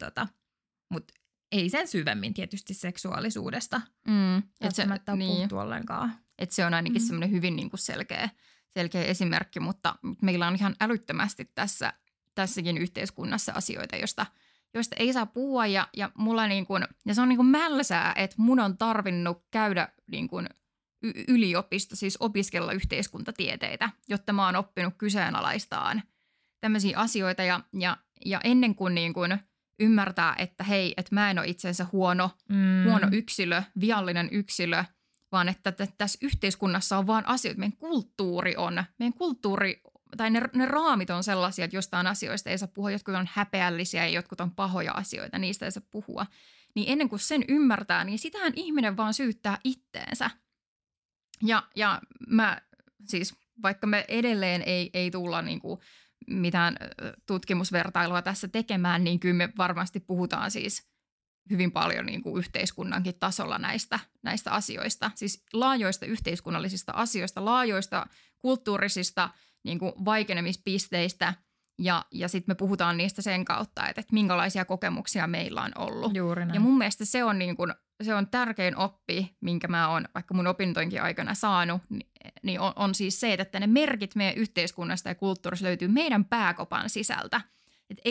ei sen syvemmin tietysti seksuaalisuudesta välttämättä ole puhuttu ollenkaan. Että se on ainakin semmoinen hyvin niin kuin selkeä esimerkki, mutta meillä on ihan älyttömästi tässäkin yhteiskunnassa asioita, joista ei saa puhua ja mulla niin kuin, ja se on niin kuin mälsää, että mun on tarvinnut käydä niin kuin yliopisto, siis opiskella yhteiskuntatieteitä, jotta mä oon oppinut kyseenalaistaan tämmöisiä asioita ja ennen kuin, niin kuin ymmärtää, että hei, että mä en ole itsensä huono yksilö, viallinen yksilö, vaan että tässä yhteiskunnassa on vaan asioita. Meidän kulttuuri, tai ne raamit on sellaisia, että jostain asioista ei saa puhua. Jotkut on häpeällisiä ja jotkut on pahoja asioita, niistä ei saa puhua. Niin ennen kuin sen ymmärtää, niin sitähän ihminen vaan syyttää itteensä. Ja mä siis, vaikka me edelleen ei tulla niinku mitään tutkimusvertailua tässä tekemään, niin kyllä me varmasti puhutaan siis hyvin paljon niin kuin yhteiskunnankin tasolla näistä asioista. Siis laajoista yhteiskunnallisista asioista, laajoista kulttuurisista niin kuin vaikenemispisteistä ja sitten me puhutaan niistä sen kautta, että minkälaisia kokemuksia meillä on ollut. Juuri näin. Ja mun mielestä se on tärkein oppi, minkä mä oon vaikka mun opintoinkin aikana saanut, niin on siis se, että ne merkit meidän yhteiskunnasta ja kulttuurista löytyy meidän pääkopan sisältä. Että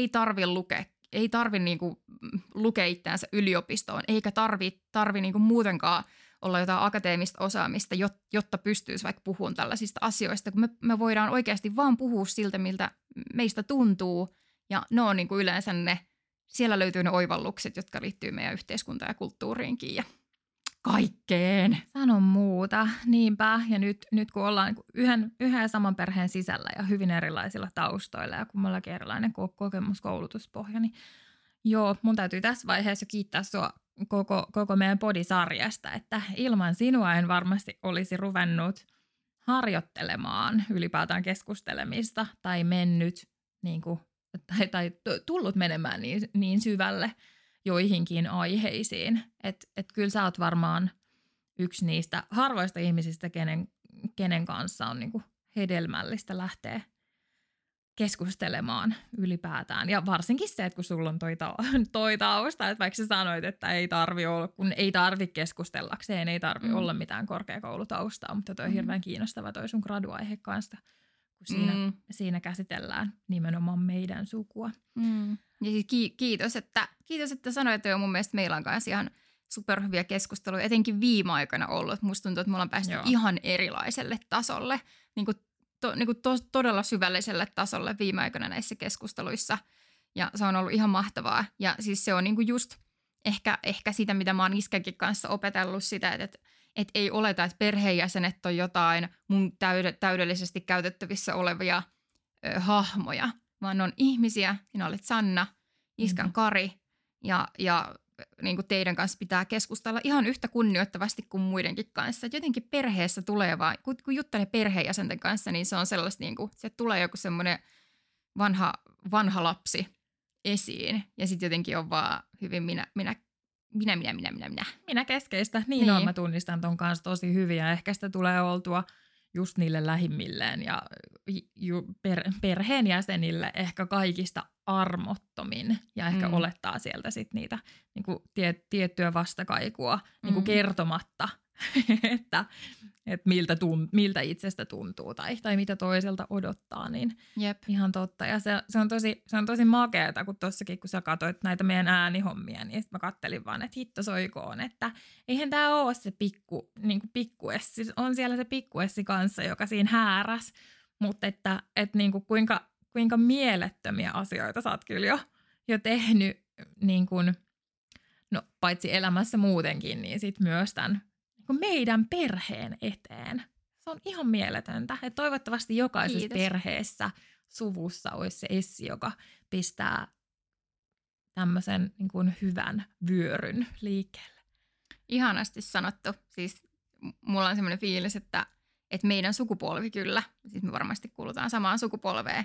ei tarvi niinku lukea itseänsä yliopistoon, eikä tarvi niinku muutenkaan olla jotain akateemista osaamista, jotta pystyisi vaikka puhumaan tällaisista asioista, kun me voidaan oikeasti vaan puhua siltä, miltä meistä tuntuu, ja ne on niinku yleensä siellä löytyy ne oivallukset, jotka liittyy meidän yhteiskuntaan ja kulttuuriinkin ja kaikkeen. Sano muuta, niinpä. Ja nyt kun ollaan yhden ja saman perheen sisällä ja hyvin erilaisilla taustoilla ja kummallakin erilainen kokemuskoulutuspohja, niin joo, mun täytyy tässä vaiheessa kiittää sua koko meidän podisarjasta, että ilman sinua en varmasti olisi ruvennut harjoittelemaan ylipäätään keskustelemista tai mennyt niin kuin, tai tullut menemään niin syvälle joihinkin aiheisiin. Että kyllä sä oot varmaan yksi niistä harvoista ihmisistä, kenen kanssa on niinku hedelmällistä lähteä keskustelemaan ylipäätään. Ja varsinkin se, että kun sulla on toi tausta, että vaikka sä sanoit, että ei tarvi olla, kun ei tarvi keskustellakseen, ei tarvi olla mitään korkeakoulutaustaa, mutta toi on hirveän kiinnostava toi sun graduaihe kanssa, kun siinä käsitellään nimenomaan meidän sukua. Ja siis kiitos, että sanoit jo mun mielestä meillä on kanssa ihan superhyviä keskusteluja, etenkin viime aikoina ollut. Musta tuntuu, että me ollaan päästy ihan erilaiselle tasolle, todella syvälliselle tasolle viime aikoina näissä keskusteluissa. Ja se on ollut ihan mahtavaa. Ja siis se on niinku just ehkä sitä, mitä mä oon iskäkin kanssa opetellut sitä, että ei oleta, että perheenjäsenet on jotain mun täydellisesti käytettävissä olevia hahmoja, vaan ne on ihmisiä. Sinä olet Sanna, iskän Kari ja niin kuin teidän kanssa pitää keskustella ihan yhtä kunnioittavasti kuin muidenkin kanssa. Et jotenkin perheessä tulee vaan, kun juttelee perheenjäsenten kanssa, niin se on sellaista, niin kuin, se tulee joku semmoinen vanha lapsi esiin. Ja sitten jotenkin on vaan hyvin minä. Minä keskeistä. Niin on, mä tunnistan ton kanssa tosi hyvin ja ehkä sitä tulee oltua just niille lähimmilleen ja perheenjäsenille ehkä kaikista armottomin ja ehkä olettaa sieltä sit niitä niinku tiettyä vastakaikua niinku kertomatta, että miltä itsestä tuntuu tai mitä toiselta odottaa, niin ihan totta. Ja se on tosi makeata, kun tossakin, kun sä katsoit näitä meidän äänihommia, niin sit mä kattelin vaan, että hitto soikoon, että eihän tää ole se pikkuessi. On siellä se pikkuessi kanssa, joka siinä hääräs, mutta että niinku kuinka mielettömiä asioita sä oot kyllä jo tehnyt, niin kuin, no paitsi elämässä muutenkin, niin sit myös tämän meidän perheen eteen. Se on ihan mieletöntä. Että toivottavasti jokaisessa perheessä, suvussa olisi se Essi, joka pistää tämmöisen niin kuin hyvän vyöryn liikkeelle. Ihanasti sanottu. Siis mulla on semmoinen fiilis, että meidän sukupolvi kyllä, siis me varmasti kuulutaan samaan sukupolveen,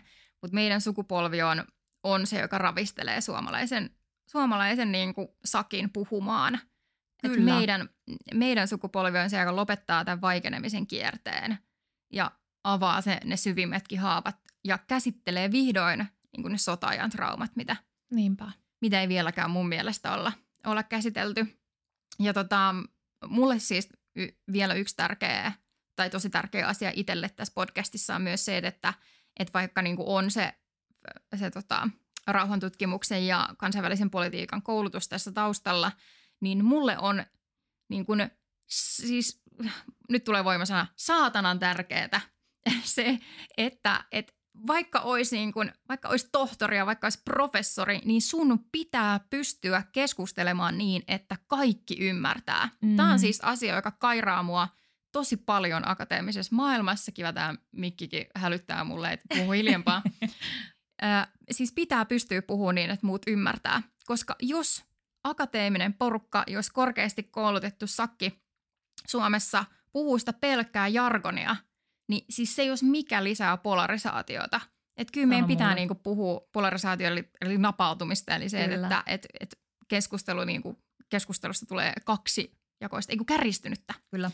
mutta meidän sukupolvi on se, joka ravistelee suomalaisen niin kuin sakin puhumaan. Et meidän sukupolvi on se, joka lopettaa tämän vaikenemisen kierteen ja avaa ne syvimmätkin haavat ja käsittelee vihdoin niin kuin ne sota-ajan traumat, mitä ei vieläkään mun mielestä olla käsitelty. Ja mulle siis vielä yksi tosi tärkeä asia itselle tässä podcastissa on myös se, että vaikka niin kuin on se rauhantutkimuksen ja kansainvälisen politiikan koulutus tässä taustalla, niin mulle on niin kuin, siis nyt tulee voimasana saatanan tärkeää se, että vaikka olisi tohtori ja vaikka olisi professori, niin sun pitää pystyä keskustelemaan niin, että kaikki ymmärtää. Tämä on siis asia, joka kairaa mua tosi paljon akateemisessa maailmassa. Kiva tämä mikkikin hälyttää mulle, että puhu hiljempaa. Siis pitää pystyä puhumaan niin, että muut ymmärtää. Koska jos akateeminen porukka, jos korkeasti koulutettu sakki Suomessa puhuu sitä pelkkää jargonia, niin siis se jos mikä lisää polarisaatiota. Että kyllä meidän pitää niinku puhua polarisaatio eli napautumista, eli se, että keskustelusta tulee kaksijakoista, kärjistynyttä. Kyllä.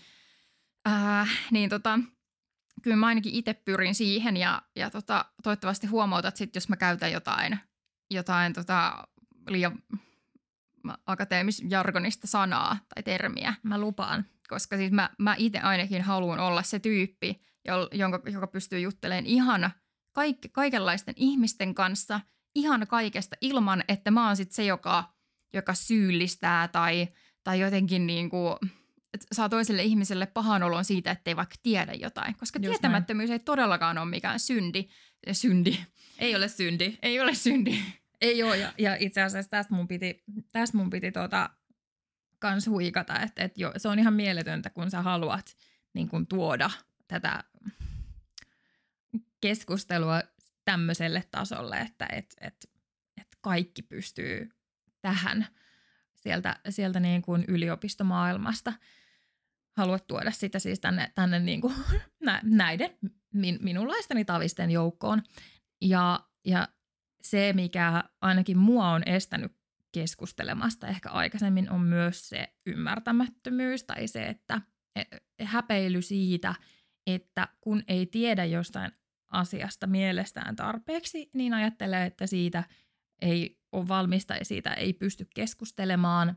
Kyllä mä ainakin itse pyrin siihen ja toivottavasti huomautat sitten, jos mä käytän jotain liian akateemis-jargonista sanaa tai termiä. Mä lupaan. Koska siis mä itse ainakin haluan olla se tyyppi, joka pystyy juttelemaan ihan kaikenlaisten ihmisten kanssa, ihan kaikesta ilman, että mä oon sitten se, joka syyllistää tai jotenkin niinku, saa toiselle ihmiselle pahan olon siitä, ettei vaikka tiedä jotain. Koska just tietämättömyys ei todellakaan ole mikään synti. Ei ole synti. Ei ole synti. Ei ole, ja itse asiassa tästä mun piti kans huikata, että se on ihan mieletöntä, kun sä haluat niin kun tuoda tätä keskustelua tämmöiselle tasolle, että kaikki pystyy tähän sieltä niin kuin yliopistomaailmasta. Haluat tuoda sitä siis tänne niin kuin näiden minunlaistani tavisten joukkoon. Ja se, mikä ainakin mua on estänyt keskustelemasta ehkä aikaisemmin, on myös se ymmärtämättömyys tai se, että häpeily siitä, että kun ei tiedä jostain asiasta mielestään tarpeeksi, niin ajattelee, että siitä ei ole valmista ja siitä ei pysty keskustelemaan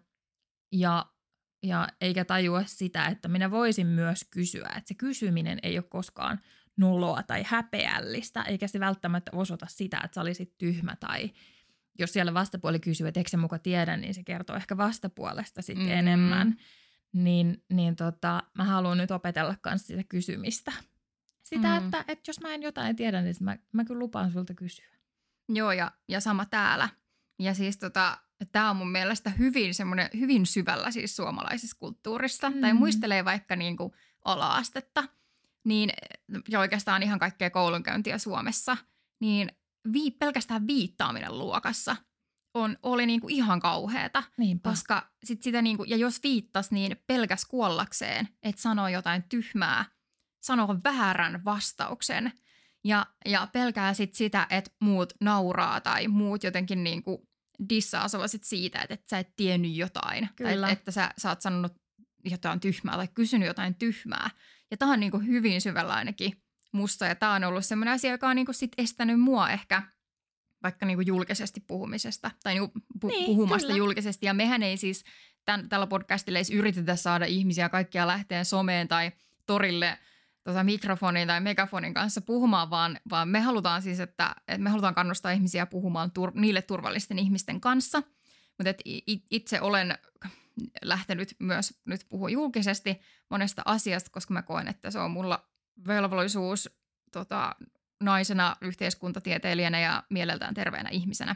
ja eikä tajua sitä, että minä voisin myös kysyä, että se kysyminen ei ole koskaan noloa tai häpeällistä, eikä se välttämättä osoita sitä, että sä olisit tyhmä tai jos siellä vastapuoli kysyy, että eikö se muka tiedä, niin se kertoo ehkä vastapuolesta sitten enemmän. Niin mä haluan nyt opetella myös sitä kysymistä. Sitä, että jos mä en jotain tiedä, niin mä kyllä lupaan sulta kysyä. Joo, ja sama täällä. Ja siis tämä on mun mielestä hyvin syvällä siis suomalaisessa kulttuurissa. Tai muistelee vaikka niinku ala-astetta, niin, ja oikeastaan ihan kaikkea koulunkäyntiä Suomessa, niin pelkästään viittaaminen luokassa oli niinku ihan kauheata. Niinpä. Koska sit sitä niinku, ja jos viittas, niin pelkäs kuollakseen, että sanoo jotain tyhmää, sanoo väärän vastauksen ja pelkää sit sitä, että muut nauraa tai muut jotenkin niinku dissaa sua sit siitä, että sä et tiennyt jotain. Kyllä. Tai että sä oot sanonut jotain tyhmää tai kysynyt jotain tyhmää. Ja tää on niinku hyvin syvällä ainakin musta ja tää on ollut semmoinen asia, joka on niinku sit estänyt mua ehkä vaikka niinku julkisesti puhumisesta tai niinku puhumasta kyllä. julkisesti. Ja mehän ei siis tällä podcastilla ei yritetä saada ihmisiä kaikkia lähteen someen tai torille mikrofonin tai megafonin kanssa puhumaan, vaan me halutaan siis, että me halutaan kannustaa ihmisiä puhumaan niille turvallisten ihmisten kanssa. Mutta itse olen lähtenyt myös nyt puhua julkisesti monesta asiasta, koska mä koen, että se on mulla velvollisuus naisena, yhteiskuntatieteilijänä ja mieleltään terveenä ihmisenä.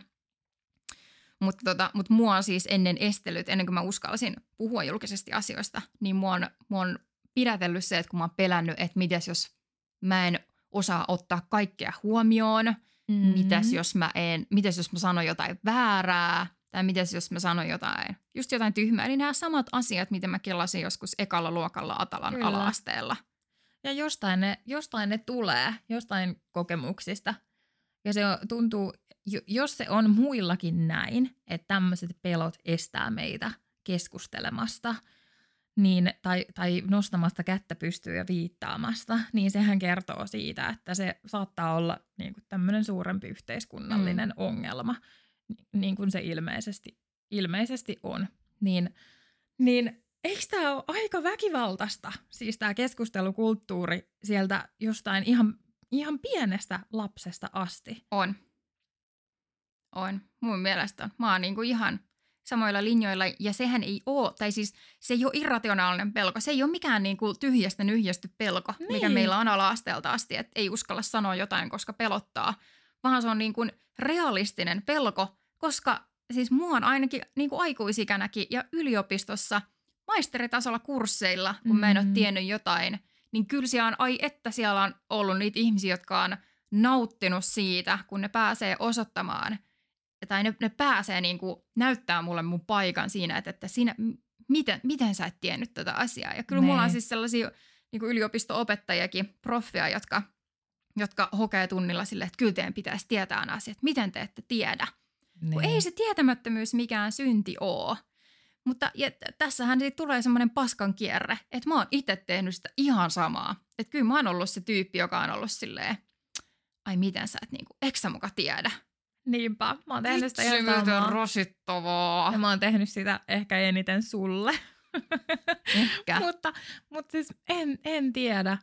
Mutta mua on siis ennen kuin mä uskalsin puhua julkisesti asioista, niin mua on pidätellyt se, että kun mä oon pelännyt, että mitäs jos mä en osaa ottaa kaikkea huomioon, mitäs jos mä sanon jotain väärää, tai mitäs jos mä sanon jotain tyhmää. Eli nämä samat asiat, mitä mä kelasin joskus ekalla luokalla Atalan kyllä. ala-asteella. Ja jostain ne tulee, jostain kokemuksista, Ja se tuntuu, jos se on muillakin näin, että tämmöiset pelot estää meitä keskustelemasta, niin, tai nostamasta kättä pystyyn ja viittaamasta, niin sehän kertoo siitä, että se saattaa olla niin kuin tämmöinen suurempi yhteiskunnallinen ongelma, niin kuin se ilmeisesti on. Niin eikö tämä ole aika väkivaltaista, siis tämä keskustelukulttuuri sieltä jostain ihan pienestä lapsesta asti? On. Mun mielestä on. Mä oon niinku ihan samoilla linjoilla, ja sehän ei ole, tai siis se ei ole irrationaalinen pelko. Se ei ole mikään niinku tyhjästä nyhjästy pelko, mikä meillä on ala-asteelta asti, että ei uskalla sanoa jotain, koska pelottaa. Vaan se on niinku realistinen pelko, koska siis mua on ainakin niinku aikuisikänäkin ja yliopistossa maisteritasolla kursseilla, kun mä en ole tiennyt jotain, niin kyllä siellä on ollut niitä ihmisiä, jotka on nauttinut siitä, kun ne pääsee osoittamaan, tai ne pääsee niinku näyttää mulle mun paikan siinä, että siinä, miten sä et tiennyt tätä asiaa. Ja kyllä mulla on siis sellaisia niinku yliopisto-opettajakin, proffia, jotka hokee tunnilla silleen, että kyllä teidän pitäisi tietää nämä asiat. Miten te ette tiedä? Kun ei se tietämättömyys mikään synti ole. Mutta tässähän siitä tulee semmoinen paskan kierre, että mä oon itse tehnyt sitä ihan samaa. Että kyllä mä oon ollut se tyyppi, joka on ollut silleen, ai miten sä et niinku, eikö sä muka tiedä? Niinpä, mä oon tehnyt sitä ihan samaa. Vitsi, on rasittavaa. Ja mä oon tehnyt sitä ehkä eniten sulle. Ehkä. mutta siis en tiedä.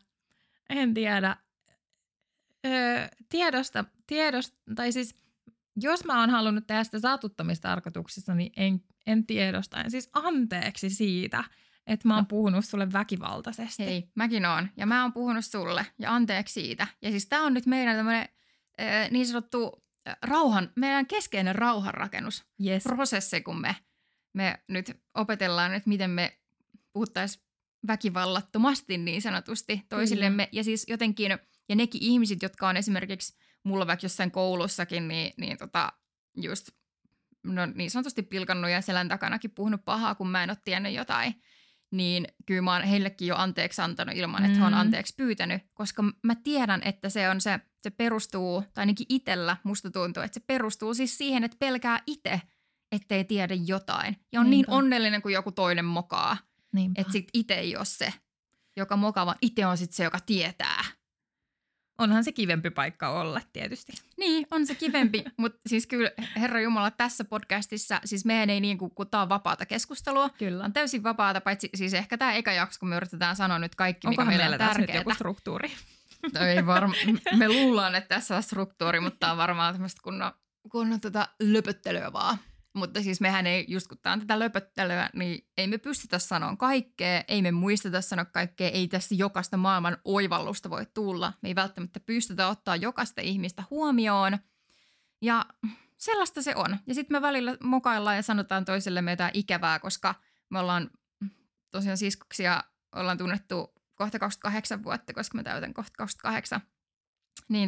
Tiedosta, tai siis jos mä oon halunnut tehdä sitä satuttamistarkoituksessa, niin en tiedosta. Siis anteeksi siitä, että mä oon puhunut sulle väkivaltaisesti. Hei, mäkin oon. Ja mä oon puhunut sulle. Ja anteeksi siitä. Ja siis tää on nyt meidän tämmönen niin sanottu meidän keskeinen rauhanrakennusprosessi, kun me nyt opetellaan, että miten me puhuttaisiin väkivallattomasti niin sanotusti toisillemme. Ja siis jotenkin, ja nekin ihmiset, jotka on esimerkiksi mulla vaikka jossain koulussakin, niin just niin sanotusti pilkannut ja selän takanakin puhunut pahaa, kun mä en ole tiennyt jotain, niin kyllä mä oon heillekin jo anteeksi antanut ilman, että he on anteeksi pyytänyt, koska mä tiedän, että se perustuu, tai ainakin itsellä musta tuntuu, että se perustuu siis siihen, että pelkää itse, ettei tiedä jotain. Ja on niin onnellinen, kun joku toinen mokaa, että sit itse ei ole se, joka mokaa, vaan itse on sit se, joka tietää. Onhan se kivempi paikka olla tietysti. Niin, on se kivempi, mutta siis kyllä Herra Jumala tässä podcastissa, siis meidän ei niin kuin, kun tämä on vapaata keskustelua. Kyllä. On täysin vapaata, paitsi siis ehkä tämä eka jakso, kun me yritetään sanoa nyt kaikki, mikä meillä on tärkeää. Nyt joku struktuuri? Ei me luullaan, että tässä on struktuuri, mutta tämä on varmaan tämmöistä kunnon löpöttelyä vaan. Mutta siis mehän ei, just kun tämä on tätä löpöttelyä, niin ei me pystytä sanoa kaikkea, ei me muisteta sanoa kaikkea, ei tässä jokaista maailman oivallusta voi tulla. Me ei välttämättä pystytä ottaa jokaista ihmistä huomioon ja sellaista se on. Ja sitten me välillä mokaillaan ja sanotaan toisellemme jotain ikävää, koska me ollaan tosiaan siskoksia, ollaan tunnettu kohta 28 vuotta, koska mä täytän kohta 28. Niin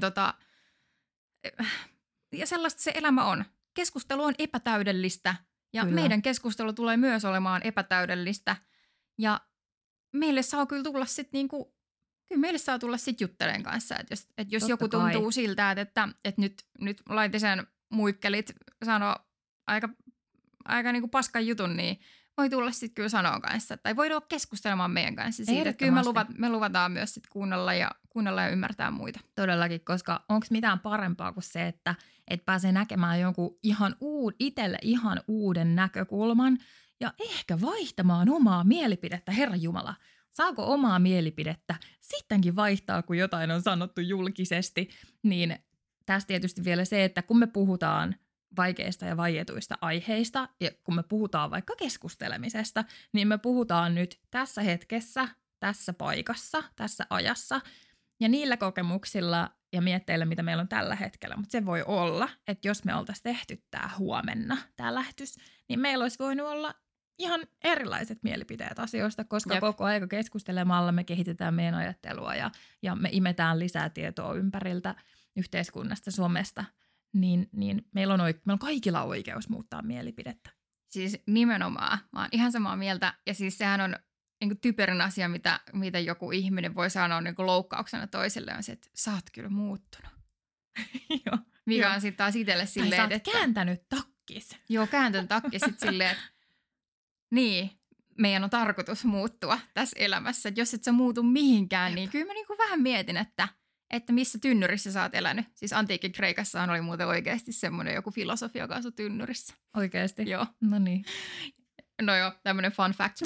ja sellaista se elämä on. Keskustelu on epätäydellistä ja kyllä. Meidän keskustelu tulee myös olemaan epätäydellistä ja meille saa kyllä tulla sitten niinku, kyllä meille saa tulla sitten jutteleen kanssa, että jos joku tuntuu siltä, että nyt Laitisen muikkelit sanoo aika niinku paskan jutun, niin voi tulla sitten kyllä sanoa kanssa tai voi olla keskustelemaan meidän kanssa siitä. Kyllä me luvataan myös sitten kuunnella ja ymmärtää muita. Todellakin, koska onko mitään parempaa kuin se, että pääsee näkemään jonkun itselle ihan uuden näkökulman ja ehkä vaihtamaan omaa mielipidettä, Herra Jumala. Saako omaa mielipidettä sittenkin vaihtaa, kun jotain on sanottu julkisesti, niin tässä tietysti vielä se, että kun me puhutaan vaikeista ja vaietuista aiheista, ja kun me puhutaan vaikka keskustelemisesta, niin me puhutaan nyt tässä hetkessä, tässä paikassa, tässä ajassa, ja niillä kokemuksilla ja mietteillä, mitä meillä on tällä hetkellä. Mutta se voi olla, että jos me oltaisiin tehty tämä huomenna, tämä lähetys, niin meillä olisi voinut olla ihan erilaiset mielipiteet asioista, koska koko aika keskustelemalla me kehitetään meidän ajattelua ja me imetään lisää tietoa ympäriltä yhteiskunnasta, somesta. Niin meillä on kaikilla oikeus muuttaa mielipidettä. Siis nimenomaan. Mä oon ihan samaa mieltä. Ja siis sehän on niin typerin asia, mitä joku ihminen voi sanoa niin loukkauksena toiselle, on se, että sä oot kyllä muuttunut. Joo. Mikä on sitten taas itselle Tai silleen, sä oot että... kääntänyt takkis. Joo, kääntön takki sitten silleen, että niin, meidän on tarkoitus muuttua tässä elämässä. Että jos et sä muutu mihinkään, niin kyllä mä niinku vähän mietin, että missä tynnyrissä sä oot elänyt. Siis antiikin Kreikassahan oli muuten oikeasti semmoinen joku filosofia, joka asui tynnyrissä. Oikeesti? Joo. No niin. No joo, tämmöinen fun fact.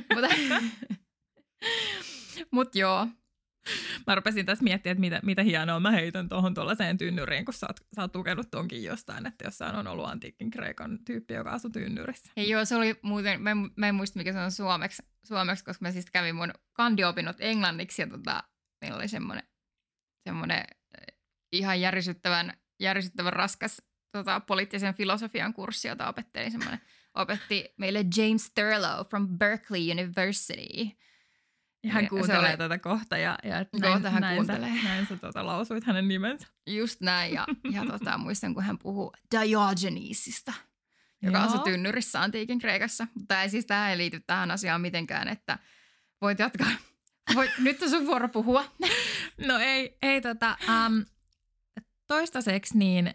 Mut joo. Mä rupesin tässä miettimään, että mitä hienoa mä heitän tuohon tuollaiseen tynnyriin, kun sä oot tukenut tonkin jostain, että jossain on ollut antiikin Kreikan tyyppi, joka asui tynnyrissä. Hei joo, se oli muuten, mä en muista mikä se on suomeksi, koska mä siis kävin mun kandiopinnot englanniksi ja meillä oli semmoinen ihan järisyttävän raskas poliittisen filosofian kurssi, jota opetti meille James Thurlow from Berkeley University. Ja hän kuuntelee tätä kohta ja näin sä lausuit hänen nimensä. Just näin ja muistan kun hän puhuu Diogenesista, joka asui tynnyrissä antiikin Kreikassa. Mutta tämä ei liity tähän asiaan mitenkään, että voit jatkaa. Nyt on sun vuoro puhua. No ei toistaiseksi niin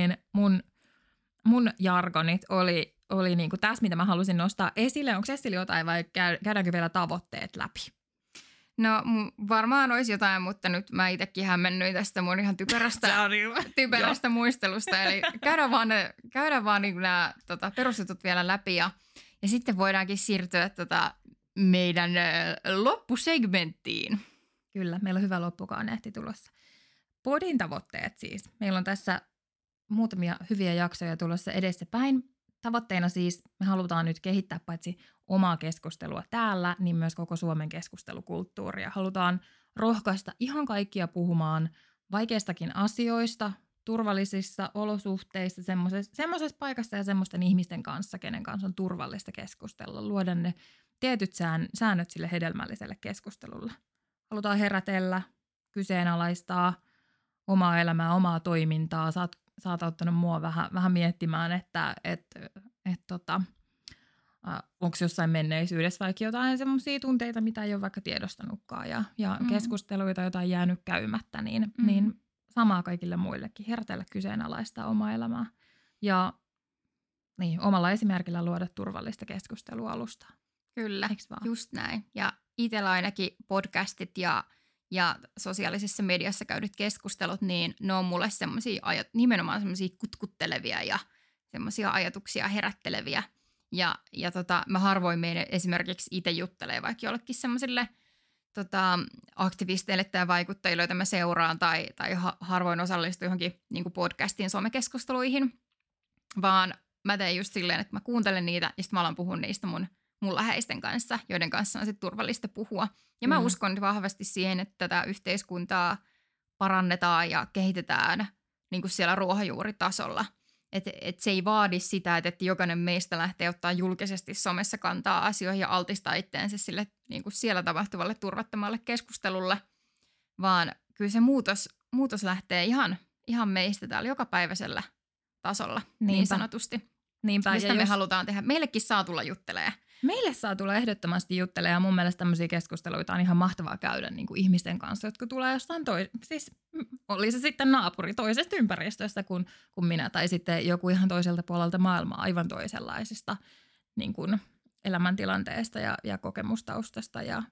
mun jargonit oli niinku tässä, mitä mä halusin nostaa esille. Onko Essili jotain vai käydäänkö vielä tavoitteet läpi? No varmaan olisi jotain, mutta nyt mä itsekin hämmennyin tästä mun ihan typerästä muistelusta. Eli käydään vaan niin nämä perustetut vielä läpi ja sitten voidaankin siirtyä meidän loppusegmenttiin. Kyllä, meillä on hyvä loppukaanehti tulossa. Podin tavoitteet siis. Meillä on tässä muutamia hyviä jaksoja tulossa edessäpäin. Tavoitteena siis me halutaan nyt kehittää paitsi omaa keskustelua täällä, niin myös koko Suomen keskustelukulttuuria. Halutaan rohkaista ihan kaikkia puhumaan vaikeistakin asioista, turvallisissa olosuhteissa, semmoisessa paikassa ja semmoisten ihmisten kanssa, kenen kanssa on turvallista keskustella. Luoda ne tietyt säännöt sille hedelmälliselle keskustelulle. Halutaan herätellä, kyseenalaistaa omaa elämää, omaa toimintaa. Sä oot auttanut mua vähän miettimään, että onko jossain menneisyydessä vaikka jotain semmoisia tunteita, mitä ei ole vaikka tiedostanutkaan ja keskusteluita, joita on jäänyt käymättä, niin samaa kaikille muillekin. Herätellä, kyseenalaistaa omaa elämää ja niin, omalla esimerkillä luoda turvallista keskustelualustaa. Kyllä, just näin. Ja itsellä ainakin podcastit ja sosiaalisessa mediassa käydyt keskustelut, niin ne on mulle nimenomaan semmoisia kutkuttelevia ja semmoisia ajatuksia herätteleviä. Ja mä harvoin menen esimerkiksi itse juttelee vaikka jollekin semmoisille aktivisteille tai vaikuttajille, joita mä seuraan, tai harvoin osallistu johonkin niin kuin podcastin somekeskusteluihin, vaan mä teen just silleen, että mä kuuntelen niitä ja sitten mä alan puhua niistä mun läheisten kanssa, joiden kanssa on sitten turvallista puhua. Ja mä uskon vahvasti siihen, että tätä yhteiskuntaa parannetaan ja kehitetään niin kuin siellä ruohonjuuritasolla. Että se ei vaadi sitä, että jokainen meistä lähtee ottaa julkisesti somessa kantaa asioihin ja altistaa itteensä sille niin kuin siellä tapahtuvalle turvattomalle keskustelulle, vaan kyllä se muutos lähtee ihan meistä täällä jokapäiväisellä tasolla, niin sanotusti. Niinpä. Mistä me halutaan tehdä. Meillekin saa tulla juttelemaan. Meille saa tulla ehdottomasti juttelemaan ja mun mielestä tämmöisiä keskusteluita on ihan mahtavaa käydä niin kuin ihmisten kanssa, jotka tulee jostain siis oli se sitten naapuri toisesta ympäristöstä kuin minä tai sitten joku ihan toiselta puolelta maailmaa aivan toisenlaisista niin kuin elämäntilanteesta ja kokemustaustasta ja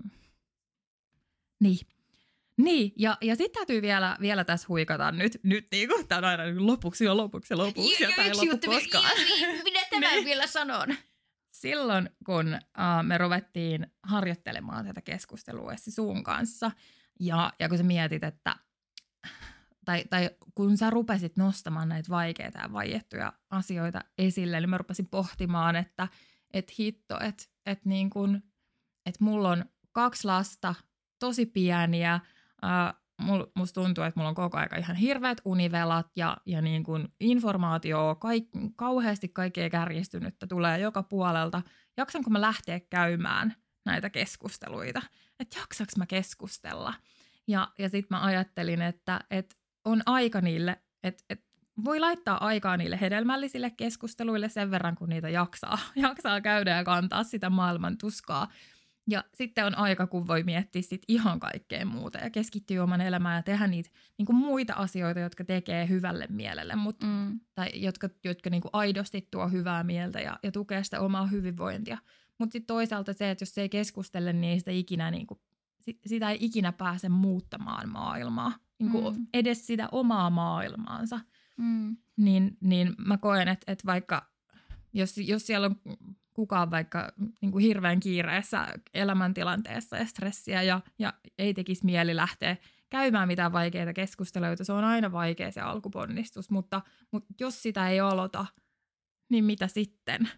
niin. Niin, ja sitten täytyy vielä tässä huikata nyt niin kuin, tämä on aina lopuksi ja tämä ei lopu koskaan. Mitä tämän vielä sanon? Silloin, kun me ruvettiin harjoittelemaan tätä keskustelua sun kanssa, ja kun sä mietit, että, tai kun sä rupesit nostamaan näitä vaikeita ja vaiettuja asioita esille, niin mä rupesin pohtimaan, että hitto, että niin kun, että mulla on 2 lasta, tosi pieniä, musta tuntuu, että mulla on koko aika ihan hirveät univelat ja niin kuin informaatio, kauheasti kaikkea kärjistynyttä tulee joka puolelta. Jaksanko mä lähteä käymään näitä keskusteluita? Että jaksaks mä keskustella? Ja sit mä ajattelin, että on aika niille, että voi laittaa aikaa niille hedelmällisille keskusteluille sen verran, kun niitä jaksaa käydä ja kantaa sitä maailman tuskaa. Ja sitten on aika, kun voi miettiä sit ihan kaikkea muuta ja keskittyä oman elämään ja tehdä niitä niin kuin muita asioita, jotka tekee hyvälle mielelle, tai jotka niin kuin aidosti tuo hyvää mieltä ja tukee sitä omaa hyvinvointia. Mutta sitten toisaalta se, että jos ei keskustele, niin ei sitä ikinä, niin kuin, sitä ei ikinä pääse muuttamaan maailmaa, niin kuin edes sitä omaa maailmaansa. Niin mä koen, että vaikka jos siellä on kukaan vaikka niin kuin hirveän kiireessä elämäntilanteessa ja stressiä ja ei tekisi mieli lähteä käymään mitään vaikeita keskusteluita, se on aina vaikea se alkuponnistus, mutta jos sitä ei aloita, niin mitä sitten?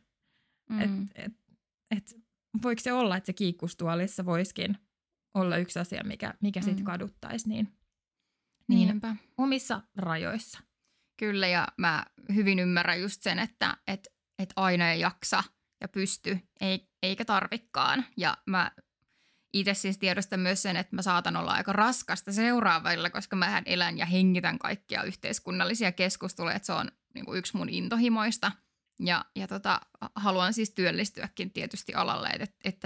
Voiko se olla, että se kiikkustuolissa voisikin olla yksi asia, mikä sitten kaduttaisi niin omissa rajoissa. Kyllä, ja mä hyvin ymmärrän just sen, että aina ei jaksa ja pysty, eikä tarvikaan. Ja mä itse siis tiedostan myös sen, että mä saatan olla aika raskasta seuraavilla, koska mähän elän ja hengitän kaikkia yhteiskunnallisia keskusteluja, että se on niin kuin yksi mun intohimoista. Ja haluan siis työllistyäkin tietysti alalle, että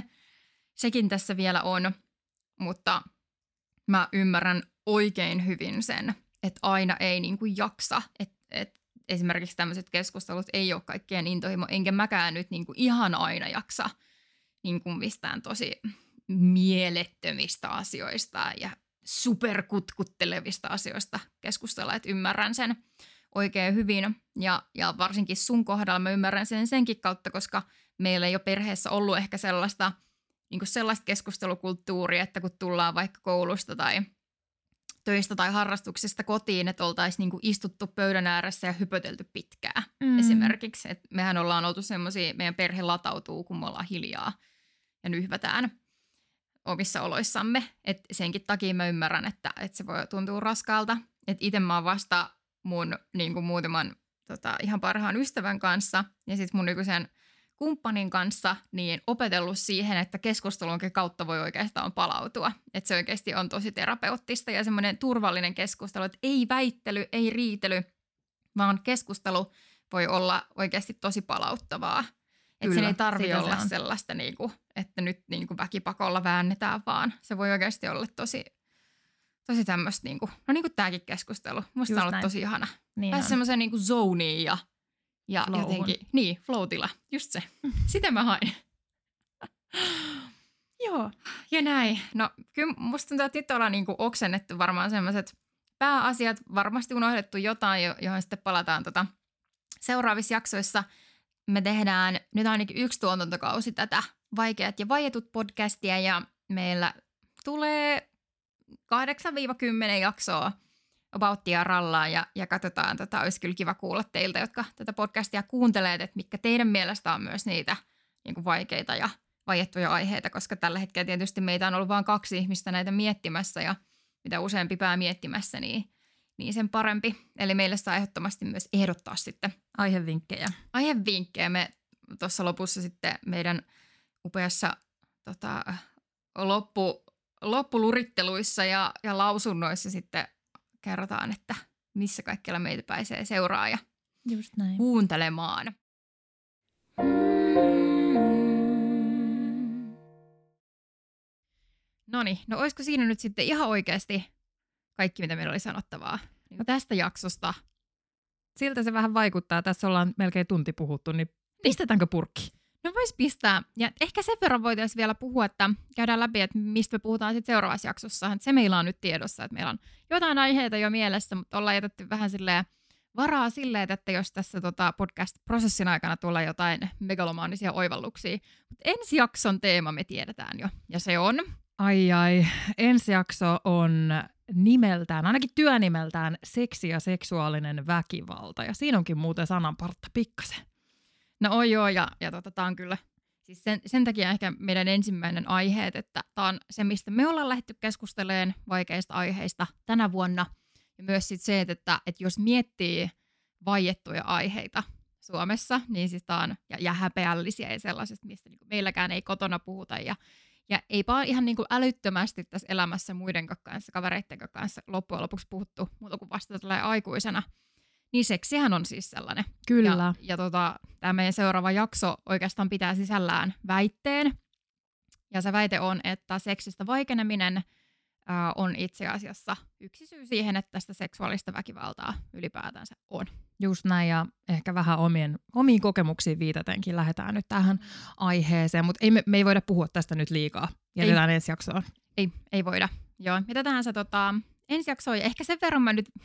sekin tässä vielä on, mutta mä ymmärrän oikein hyvin sen, että aina ei niin kuin jaksa, että esimerkiksi tämmöiset keskustelut ei ole kaikkien intohimo, enkä mäkään nyt niin kuin ihan aina jaksa niin kuin mistään tosi mielettömistä asioista ja superkutkuttelevista asioista keskustella, että ymmärrän sen oikein hyvin. Ja varsinkin sun kohdalla mä ymmärrän senkin kautta, koska meillä ei ole perheessä ollut ehkä sellaista keskustelukulttuuria, että kun tullaan vaikka koulusta tai töistä tai harrastuksista kotiin, että oltaisiin niinku istuttu pöydän ääressä ja hypötelty pitkään esimerkiksi. Et mehän ollaan oltu semmoisia, meidän perhe latautuu, kun me ollaan hiljaa ja nyhvätään omissa oloissamme. Et senkin takia mä ymmärrän, että se voi tuntua raskaalta. Että itse mä oon vasta mun niinku muutaman ihan parhaan ystävän kanssa ja sitten mun nykyisen kumppanin kanssa niin opetellut siihen, että keskustelun kautta voi oikeastaan palautua. Että se oikeasti on tosi terapeuttista ja semmoinen turvallinen keskustelu, että ei väittely, ei riitely, vaan keskustelu voi olla oikeasti tosi palauttavaa. Että sen ei tarvitse olla sellaista, niinku, että nyt niinku väkipakolla väännetään, vaan se voi oikeasti olla tosi tämmöistä, niinku tämäkin keskustelu. Musta on ollut tosi ihana. Niin pääsi semmoiseen niinku zoneen ja jotenkin, flow-tila, just se. Sitä mä hain. Joo. Ja näin. No kyllä musta tuntuu, että nyt ollaan niinku oksennettu varmaan semmoiset pääasiat, varmasti unohdettu jotain, johon sitten palataan seuraavissa jaksoissa. Me tehdään nyt ainakin 1 tuotantokausi tätä Vaikeat ja vaietut podcastia ja meillä tulee 8-10 jaksoa abouttia rallaa ja katsotaan, olisi kyllä kiva kuulla teiltä, jotka tätä podcastia kuuntelee, että mitkä teidän mielestä on myös niitä niin kuin vaikeita ja vaiettuja aiheita, koska tällä hetkellä tietysti meitä on ollut vain 2 ihmistä näitä miettimässä ja mitä useampi pää miettimässä, niin sen parempi. Eli meille saa ehdottomasti myös ehdottaa sitten aihevinkkejä. Me tuossa lopussa sitten meidän upeassa loppuluritteluissa ja lausunnoissa sitten kerrotaan, että missä kaikkialla meitä pääsee seuraa ja just näin kuuntelemaan. Noniin, no olisiko siinä nyt sitten ihan oikeasti kaikki, mitä meillä oli sanottavaa tästä jaksosta? Siltä se vähän vaikuttaa. Tässä ollaan melkein tunti puhuttu, niin pistetäänkö purkki? No vois pistää. Ja ehkä sen verran voitaisiin vielä puhua, että käydään läpi, että mistä me puhutaan sitten seuraavassa jaksossa. Että se meillä on nyt tiedossa, että meillä on jotain aiheita jo mielessä, mutta ollaan jätetty vähän varaa silleen, että jos tässä podcast-prosessin aikana tulee jotain megalomaanisia oivalluksia. Mutta ensi jakson teema me tiedetään jo, ja se on... Ai, ensi jakso on nimeltään, ainakin työnimeltään, seksi ja seksuaalinen väkivalta. Ja siinä onkin muuten sananpartta pikkasen. No joo, ja tämä on kyllä siis sen takia ehkä meidän ensimmäinen aiheet, että tämä on se, mistä me ollaan lähdetty keskustelemaan vaikeista aiheista tänä vuonna. Ja myös sit se, että jos miettii vaiettuja aiheita Suomessa, niin siis tämä on, ja häpeällisiä ja sellaisesta, mistä niin meilläkään ei kotona puhuta. Ja eipä ihan niin kuin älyttömästi tässä elämässä muiden kanssa, kavereiden kanssa loppujen lopuksi puhuttu, muuta kuin vasta tulee aikuisena. Niin seksihän on siis sellainen. Kyllä. Ja tämä meidän seuraava jakso oikeastaan pitää sisällään väitteen, Ja se väite on, että seksistä vaikeneminen on itse asiassa yksi syy siihen, että tästä seksuaalista väkivaltaa ylipäätänsä on. Just näin, ja ehkä vähän omiin kokemuksiin viitatenkin lähdetään nyt tähän aiheeseen, mutta me ei voida puhua tästä nyt liikaa. Jätetään ensi jaksoon. Ei voida. Joo, mitä tähän se ensi jaksoon, ja ehkä sen verran mä nyt...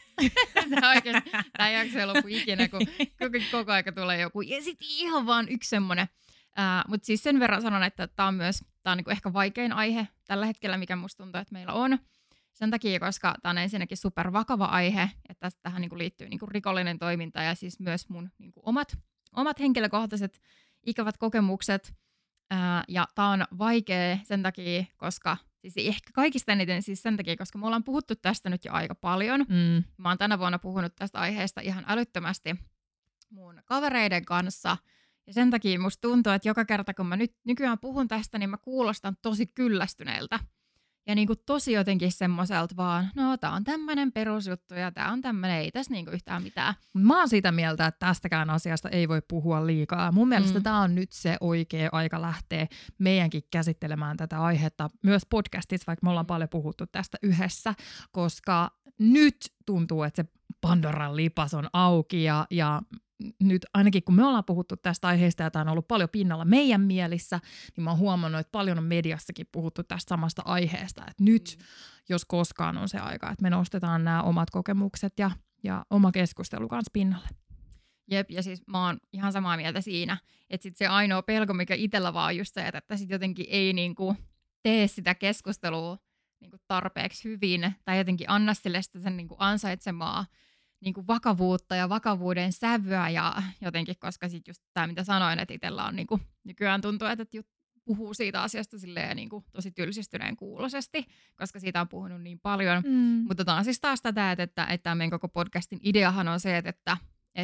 Tämä jakso ei lopu ikinä, kun koko aika tulee joku, ja sitten ihan vaan yksi semmoinen. Mutta siis sen verran sanon, että tämä on niinku ehkä vaikein aihe tällä hetkellä, mikä musta tuntuu, että meillä on. Sen takia, koska tämä on ensinnäkin supervakava aihe, että tähän niinku liittyy niinku rikollinen toiminta ja siis myös mun niinku omat henkilökohtaiset ikävät kokemukset. Ja tämä on vaikea sen takia, koska siis ehkä kaikista eniten siis sen takia, koska me ollaan puhuttu tästä nyt jo aika paljon. Mä oon tänä vuonna puhunut tästä aiheesta ihan älyttömästi mun kavereiden kanssa. Ja sen takia musta tuntuu, että joka kerta kun mä nyt nykyään puhun tästä, niin mä kuulostan tosi kyllästyneeltä. Ja niinku tosi jotenkin semmoiselta vaan, no tää on tämmönen perusjuttu ja tää on tämmönen, ei tässä niinku yhtään mitään. Mä oon sitä mieltä, että tästäkään asiasta ei voi puhua liikaa. Mun mielestä tää on nyt se oikea aika lähteä meidänkin käsittelemään tätä aihetta myös podcastissa, vaikka me ollaan paljon puhuttu tästä yhdessä, koska nyt tuntuu, että se Pandoran lipas on auki ja nyt ainakin kun me ollaan puhuttu tästä aiheesta ja tämä on ollut paljon pinnalla meidän mielissä, niin mä oon huomannut, että paljon on mediassakin puhuttu tästä samasta aiheesta. Että nyt, jos koskaan on se aika, että me nostetaan nämä omat kokemukset ja oma keskustelu kanssa pinnalle. Jep, ja siis mä oon ihan samaa mieltä siinä, että sit se ainoa pelko, mikä itsellä vaan on just se, että sit jotenkin ei niinku tee sitä keskustelua niinku tarpeeksi hyvin tai jotenkin anna sille sitä sen niinku ansaitsemaa niinku vakavuutta ja vakavuuden sävyä ja jotenkin, koska sitten just tämä, mitä sanoin, että itsellä on niinku, nykyään tuntuu, että puhuu siitä asiasta silleen niinku tosi tylsistyneen kuulosesti, koska siitä on puhunut niin paljon. Mutta tämä on siis taas tätä, että meidän koko podcastin ideahan on se, että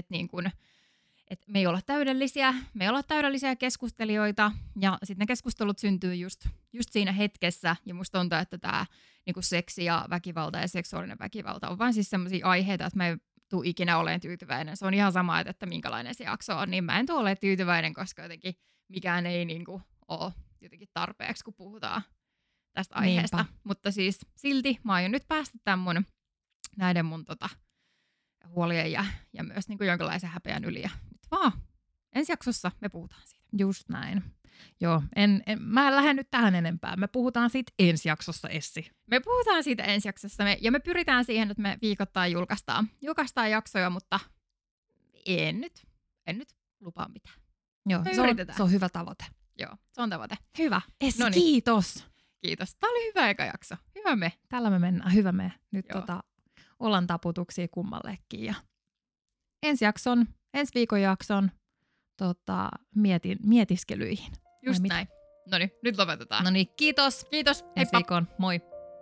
me ei olla täydellisiä, me ei olla täydellisiä keskustelijoita ja sitten ne keskustelut syntyy just siinä hetkessä ja musta tuntuu, että tämä niinku seksi ja väkivalta ja seksuaalinen väkivalta on vain siis sellaisia aiheita, että mä en tule ikinä olemaan tyytyväinen. Se on ihan sama, että minkälainen se jakso on, niin mä en tule olemaan tyytyväinen, koska jotenkin mikään ei niinku ole jotenkin tarpeeksi, kun puhutaan tästä aiheesta. Niinpä. Mutta siis silti mä aion nyt päästä tämän näiden mun huolien ja myös niinku jonkinlaisen häpeän yli. Ja nyt vaan ensi jaksossa me puhutaan siitä. Just näin. Joo, mä en lähde nyt tähän enempää. Me puhutaan siitä ensi jaksossa, Essi. Me puhutaan siitä ensi jaksossa ja me pyritään siihen, että me viikoittain julkaistaan jaksoja, mutta en nyt lupaa mitään. Joo, se on hyvä tavoite. Joo, se on tavoite. Hyvä. Essi, kiitos. Kiitos. Tämä oli hyvä eka jakso. Hyvä me. Tällä me mennään. Hyvä me. Nyt ollaan taputuksia kummallekin. Ja ensi viikon jakson mietiskelyihin. Just näin. Noniin, nyt lopetetaan. Noniin, kiitos. Kiitos. Ensi viikon. Moi.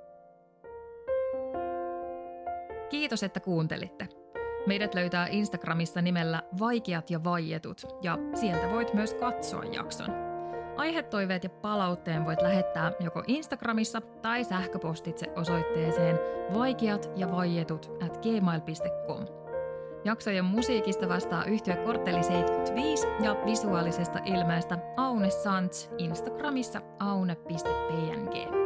Kiitos, että kuuntelitte. Meidät löytää Instagramissa nimellä Vaikeat ja vaietut, ja sieltä voit myös katsoa jakson. Aihetoiveet ja palautteen voit lähettää joko Instagramissa tai sähköpostitse osoitteeseen vaikeatjavaietut@gmail.com. Jaksojen musiikista vastaa yhtye Kortteli 75 ja visuaalisesta ilmeestä Aune Sands Instagramissa aune.png.